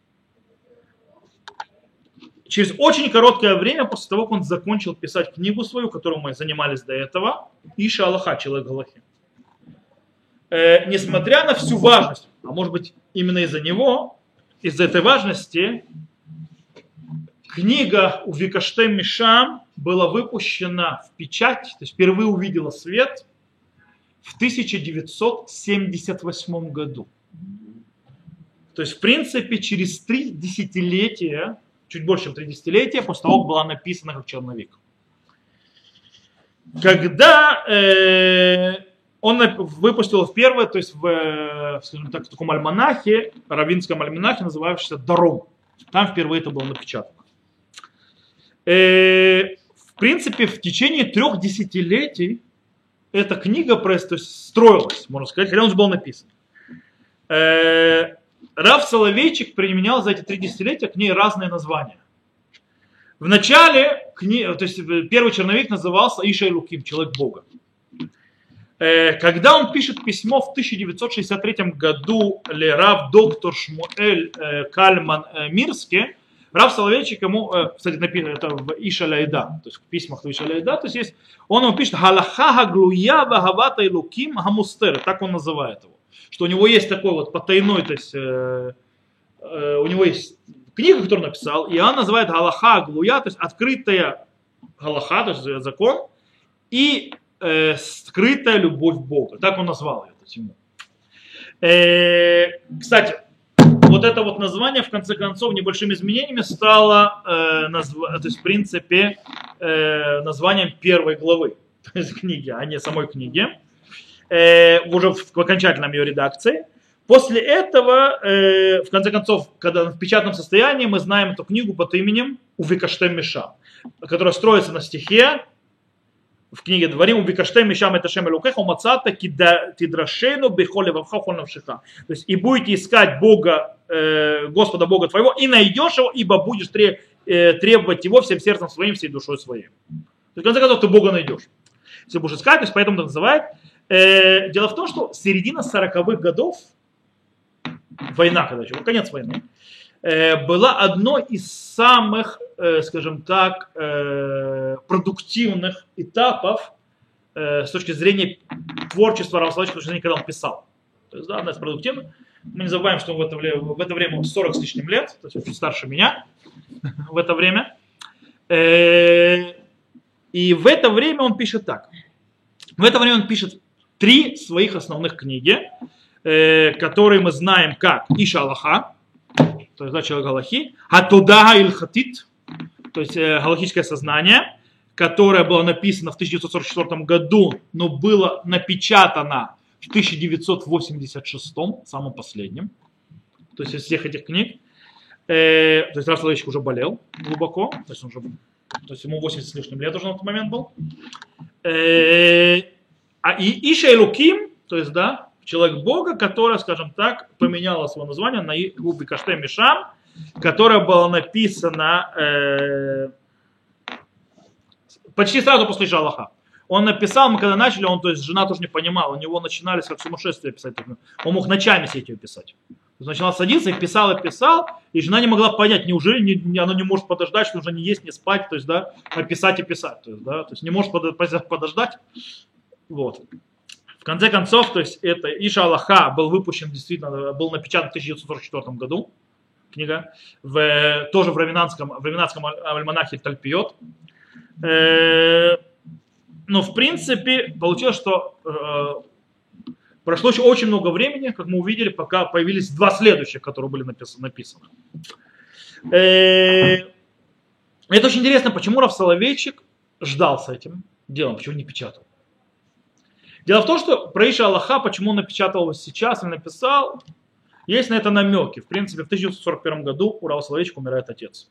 Через очень короткое время после того, как он закончил писать книгу свою, которой мы занимались до этого, Иша Аллаха, человек Аллахи. Несмотря на всю важность, а может быть именно из-за него, из-за этой важности книга Увикаштем Мишам была выпущена в печать, то есть впервые увидела свет в 1978 году. То есть, в принципе, через 3 десятилетия, чуть больше, чем 3 десятилетия, после того, как была написана как черновик. Когда он выпустил в первое, то есть скажем так, в таком альманахе, раввинском альманахе, называющемся «Даром». Там впервые это было напечатано. В принципе, в течение 3 десятилетий эта книга просто строилась, можно сказать, когда он уже был написан. Рав Соловейчик применял за эти 3 десятилетия к ней разные названия. В начале, то есть первый черновик назывался Иша Элуким, человек Бога. Когда он пишет письмо в 1963 году Рав доктор Шмуэль Кальман Мирский, Рав Соловейчик ему, кстати, написано это в Иша Ляйда, то есть в письмах в Иша Ляйда, то есть он ему пишет Галаха Гаглуя Вагавата Элуким Гамустер, так он называет его. Что у него есть такой вот потайной, то есть у него есть книга, которую он написал, и она называет Галаха Гаглуя, то есть открытая Галаха, то есть закон, и скрытая любовь Бога. Так он назвал эту тему. Кстати, вот это вот название, в конце концов, небольшими изменениями стало, то есть, в принципе, названием первой главы, то есть книги, а не самой книги, уже в окончательном ее редакции. После этого, в конце концов, когда в печатном состоянии, мы знаем эту книгу под именем Увикаштем Мишам, которая строится на стихе, в книге Дворим, Увикаштем Мишам это Шем Элукеха, Умацата Тидрашену Бехоле Вавха Холнавшиха. То есть, и будете искать Бога, Господа Бога твоего, и найдешь его, ибо будешь требовать его всем сердцем своим, всей душой своей. То есть, в конце концов, ты Бога найдешь. Если будешь искать, то есть, поэтому это называют. Дело в том, что середина 40-х годов, война, когда еще, конец войны, была одной из самых, скажем так, продуктивных этапов с точки зрения творчества Рава Соловейчика, с точки зрения, когда он писал. То есть, да, одна из продуктивных. Мы не забываем, что в это время 40 с лишним лет, то есть чуть старше меня в это время. И в это время он пишет так. В это время он пишет 3 своих основных книги, которые мы знаем как Иша Аллаха, то есть, да, человек Галахи, Атудага Ильхатит, то есть галахическое сознание, которое было написано в 1944 году, но было напечатано в 1986, самом последнем, то есть из всех этих книг. То есть Рав Соловейчик уже болел глубоко, то есть ему 80 с лишним лет уже на тот момент был. И Иша Элуким, то есть, да, человек Бога, которая, скажем так, поменяла свое название на Увикаштем Мишам, которая была написана почти сразу после Иша Аллаха. Он написал, мы когда начали, то есть жена тоже не понимала, у него начинались как сумасшествие писать. Он мог ночами сидеть ее писать. Он начинал садиться и писал, и жена не могла понять, неужели она не может подождать, что уже не есть, не спать, то есть, да, а писать и писать. То есть, да, то есть не может подождать. Вот. В конце концов, то есть это Иша Аллаха был выпущен, действительно, был напечатан в 1944 году, книга, тоже в раввинанском альманахе Тальпиот. Но в принципе получилось, что прошло еще очень много времени, как мы увидели, пока появились 2 следующих, которые были написаны. Это очень интересно, почему Рав Соловейчик ждал с этим делом, почему не печатал. Дело в том, что про Иша Аллаха, почему он напечатал его сейчас и написал, есть на это намеки. В принципе, в 1941 году у Рава Соловейчика умирает отец.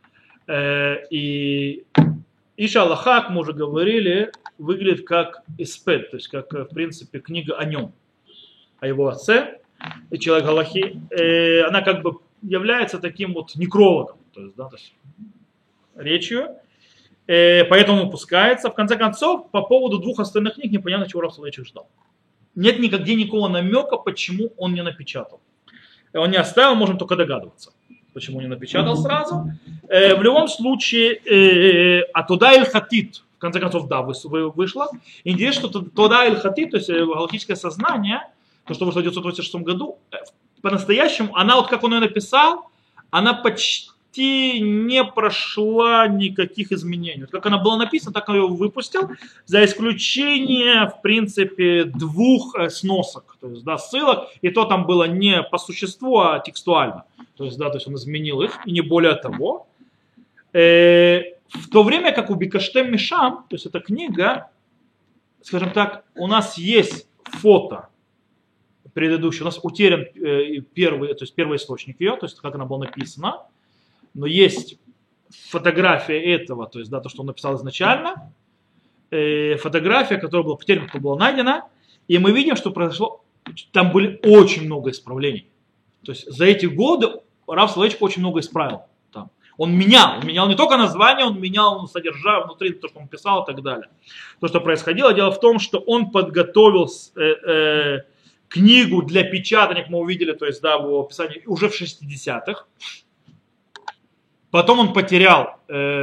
И Иша Аллаха, как мы уже говорили, выглядит как эспед, то есть как, в принципе, книга о нем, о его отце, и человек Аллахи. Она как бы является таким вот некрологом, то есть, да, то есть речью. Поэтому выпускается. В конце концов, по поводу 2 остальных книг непонятно, чего Рав Соловейчик ждал. Нет нигде никакого намека, почему он не напечатал. Он не оставил, можем только догадываться, почему не напечатал сразу. В любом случае, Атуда Эль-Хатит, в конце концов, да, вышло. Интересно, что Атуда Эль-Хатит, то есть галактическое сознание, то, что вышло в 1986 году, по-настоящему, она вот как он ее написал, она почти не прошла никаких изменений. Вот как она была написана, так он ее выпустил, за исключением, в принципе, 2 сносок, то есть, да, ссылок, и то там было не по существу, а текстуально. То есть, да, то есть он изменил их, и не более того. В то время как у Бикаштем Мишам, то есть эта книга, скажем так, у нас есть фото предыдущий, у нас утерян первый источник ее, то есть как она была написана, но есть фотография этого, то есть да, то, что он написал изначально, фотография, которая была потеряна, которая была найдена, и мы видим, что произошло, там были очень много исправлений. То есть за эти годы Рав Соловейчик очень много исправил. Там. Он менял не только название, он менял содержание внутри, то, что он писал и так далее. То, что происходило, дело в том, что он подготовил книгу для печатания, как мы увидели, то есть да, в его описании, уже в 60-х. Потом он потерял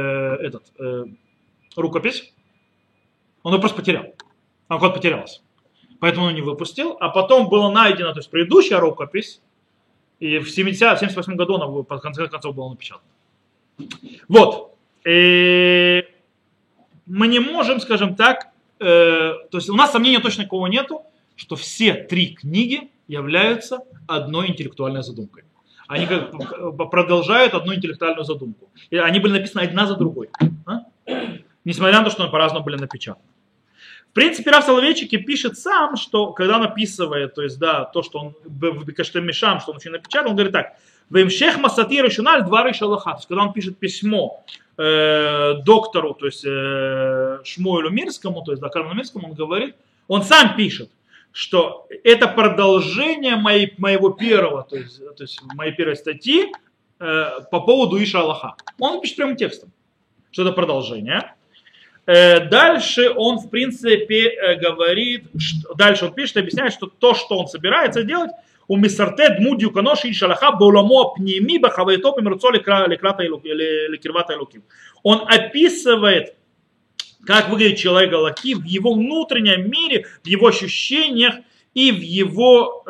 рукопись. Он ее просто потерял. Она куда-то потерялась. Поэтому он не выпустил. А потом была найдена, то есть предыдущая рукопись. И в 78 году она в конце концов была напечатана. Вот. Мы не можем, скажем так, то есть у нас сомнения точно никого нету, что все 3 книги являются одной интеллектуальной задумкой. Они продолжают одну интеллектуальную задумку. И они были написаны одна за другой. Несмотря на то, что они по-разному были напечатаны. В принципе, Рав Соловейчик пишет сам, что когда он описывает, то есть, да, то, что он в Бикаштем Мишам, что он очень напечатал, он говорит так: «Вемшех масати решуналь двары шалаха». То есть, когда он пишет письмо доктору, то есть Шмуэлю Мирскому, то есть, да, Карлу Мирскому, он говорит, он сам пишет, что это продолжение моего первого, то есть моей первой статьи по поводу Иша Аллаха. Он пишет прямым текстом, что это продолжение. Дальше он, в принципе, говорит, дальше он пишет, объясняет, что то, что он собирается делать, у мисартед мудью каноши Иша Аллаха боуламо пними бахавайтоп и мерцо лекрата лекирвата илуким. Он описывает, как выглядит человек Аллахи в его внутреннем мире, в его ощущениях и в его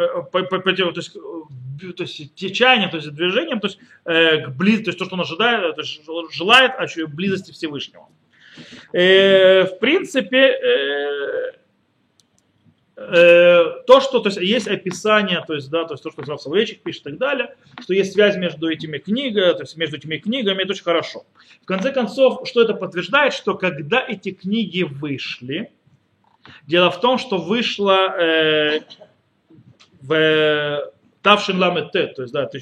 то есть течением, то есть движением, то есть к близости, то есть то, что он ожидает, то есть желает близости Всевышнего. В принципе, то, что то есть, есть описание, то есть, да, то есть то, что Рав Соловейчик пишет и так далее, что есть связь между этими книгами, то есть между этими книгами, это очень хорошо. В конце концов, что это подтверждает, что когда эти книги вышли, дело в том, что вышло в Тавшин Ламет Тет, то есть да,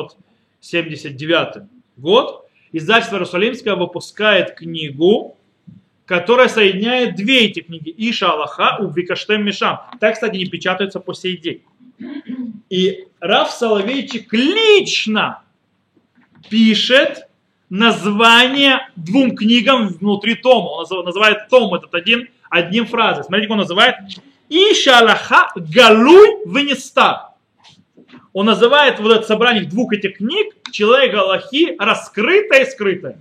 1979 год, издательство Иерусалимское выпускает книгу, которая соединяет 2 эти книги, Иша Аллаха и Бикаштем Мишам. Так, кстати, не печатаются по сей день. И Рав Соловейчик лично пишет название 2 книгам внутри тома. Он называет том этот одним фразой. Смотрите, как он называет: Иша Аллаха Галуй Венестар. Он называет вот это собрание 2 этих книг человек Аллахи раскрытое и скрытое.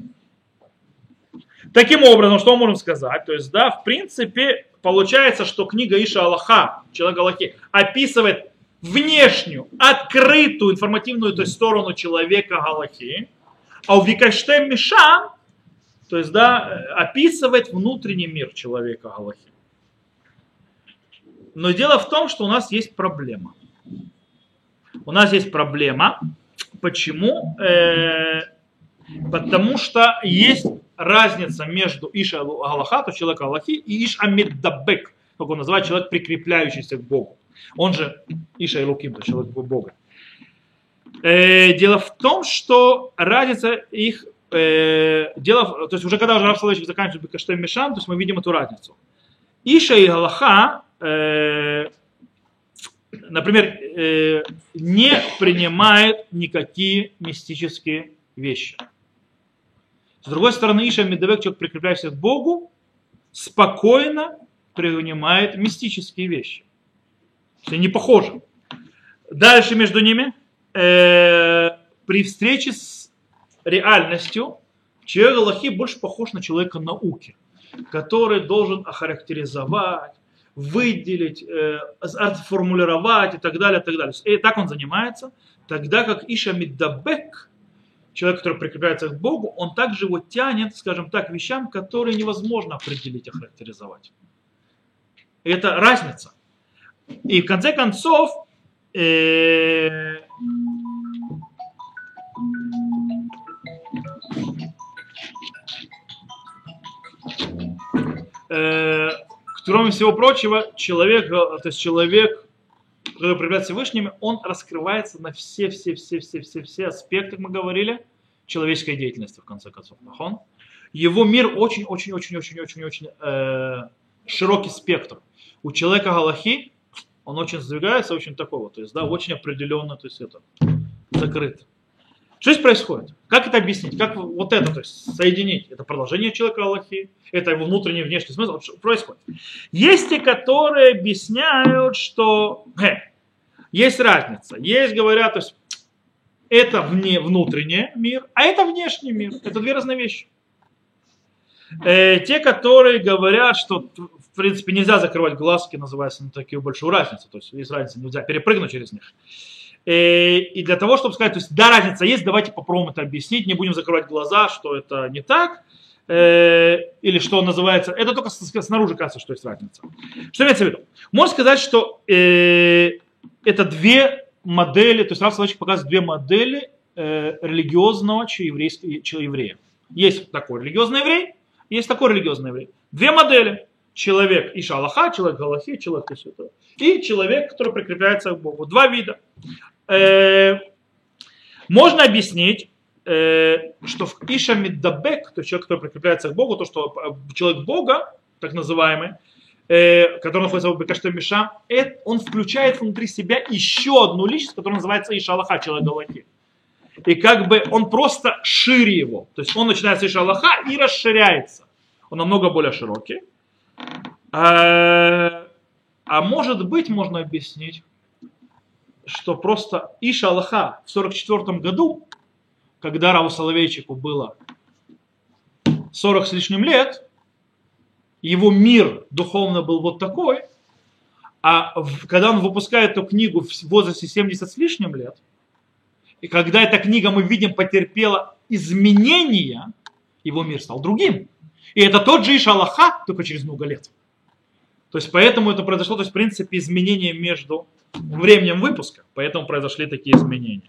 Таким образом, что мы можем сказать? То есть, да, в принципе, получается, что книга Иша Аллаха, человек Аллахи, описывает внешнюю, открытую, информативную, то есть, сторону человека Аллахи, а у Бикаштем Мишам, то есть, да, описывает внутренний мир человека Аллахи. Но дело в том, что у нас есть проблема. У нас есть проблема. Почему? Потому что есть разница между Иша Аллаха, то человек Аллахи, и Иш Амиддабек, как он называет, человек, прикрепляющийся к Богу. Он же Иша Илуким, то человек Бога. Дело в том, что разница их, то есть уже когда Рав Соловейчик заканчивает Бикаштем Мишам, то есть мы видим эту разницу. Иша и Аллаха, например, не принимает никакие мистические вещи. С другой стороны, Иша Амиддабек, человек, прикрепляющийся к Богу, спокойно принимает мистические вещи. Все не похожи. Дальше между ними, при встрече с реальностью, человек Аллахи больше похож на человека науки, который должен охарактеризовать, выделить, формулировать и так далее, и так далее. И так он занимается, тогда как Иша Миддабек, человек, который прикрепляется к Богу, он также его тянет, скажем так, вещам, которые невозможно определить и охарактеризовать. Это разница. И в конце концов, кроме всего прочего, человек, который прикрепляется Всевышним, он раскрывается на все аспекты, как мы говорили, человеческой деятельности, в конце концов. Его мир очень широкий спектр. У человека галахи он очень сдвигается, очень такого, то есть, да, очень определенно, то есть это закрыто. Что здесь происходит? Как это объяснить? Как вот это, то есть соединить? Это продолжение человека Аллахи, это его внутренний и внешний смысл. Что происходит? Есть те, которые объясняют, что есть разница. Есть, говорят, то есть это внутренний мир, а это внешний мир. Это две разные вещи. Те, которые говорят, что в принципе нельзя закрывать глазки, называется на такую большую разницу. То есть есть разница, нельзя перепрыгнуть через них. И для того, чтобы сказать, то есть да, разница есть, давайте попробуем это объяснить, не будем закрывать глаза, что это не так, или что называется, это только снаружи кажется, что есть разница. Что имеется в виду? Можно сказать, что это две модели, то есть Рав Соловейчик показывает две модели религиозного еврея. Есть такой религиозный еврей, есть такой религиозный еврей. Две модели. Человек Иша Аллаха, человек Галахи, человек и человек, который прикрепляется к Богу. Два вида. Можно объяснить, что в Иша Миддабек, то есть человек, который прикрепляется к Богу, то, что человек Бога, так называемый, который находится в Бекаште Миша, он включает внутри себя еще одну личность, которая называется Иша Аллаха, человек Галахи. И как бы он просто шире его. То есть он начинает с Иша Аллаха и расширяется. Он намного более широкий. А может быть, можно объяснить, что просто Иша Аллаха в 1944 году, когда Раву Соловейчику было 40 с лишним лет, его мир духовно был вот такой, а когда он выпускает эту книгу в возрасте 70 с лишним лет, и когда эта книга, мы видим, потерпела изменения, его мир стал другим. И это тот же Иша Аллаха, только через много лет. То есть поэтому это произошло, то есть в принципе изменения между временем выпуска, поэтому произошли такие изменения.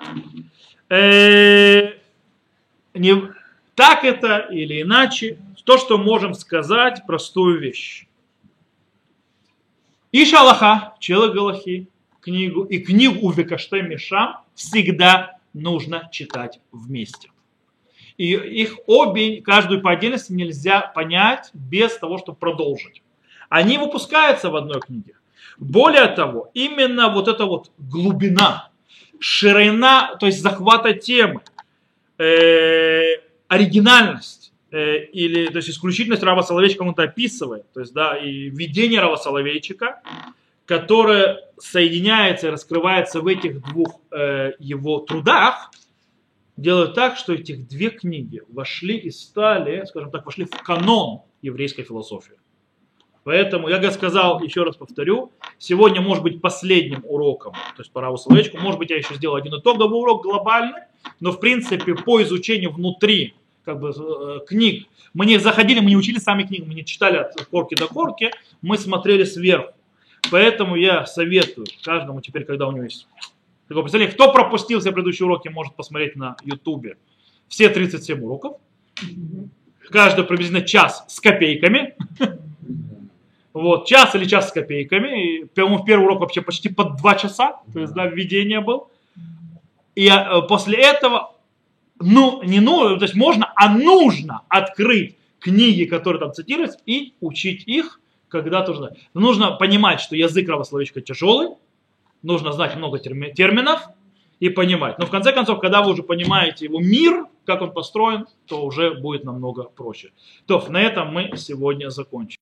Так это или иначе, то, что можем сказать, простую вещь. Иша Аллаха, человек Галахи, книгу и книгу Увекаште Миша всегда нужно читать вместе. И их обе, каждую по отдельности нельзя понять без того, чтобы продолжить. Они выпускаются в одной книге. Более того, именно вот эта вот глубина, ширина, то есть захвата темы, оригинальность, или, то есть исключительность Рава Соловейчика он это описывает, то есть, да, и видение Рава Соловейчика, которое соединяется и раскрывается в этих двух его трудах, делают так, что этих две книги вошли и стали, скажем так, вошли в канон еврейской философии. Поэтому я сказал, еще раз повторю, сегодня может быть последним уроком, то есть по Раву Соловейчику, может быть я еще сделаю один итоговый урок глобальный, но в принципе по изучению внутри как бы, книг, мы не заходили, мы не учили сами книги, мы не читали от корки до корки, мы смотрели сверху. Поэтому я советую каждому теперь, когда у него есть такое представление, кто пропустил все предыдущие уроки, может посмотреть на ютубе все 37 уроков, каждый приблизительно час с копейками. Вот, час или час с копейками. И, по-моему, первый урок вообще почти под 2 часа. То есть, да, введение был. И после этого, то есть можно, а нужно открыть книги, которые там цитируются, и учить их, когда тоже. Нужно понимать, что язык Рава Соловейчика тяжелый. Нужно знать много терминов и понимать. Но в конце концов, когда вы уже понимаете его мир, как он построен, то уже будет намного проще. То, на этом мы сегодня закончим.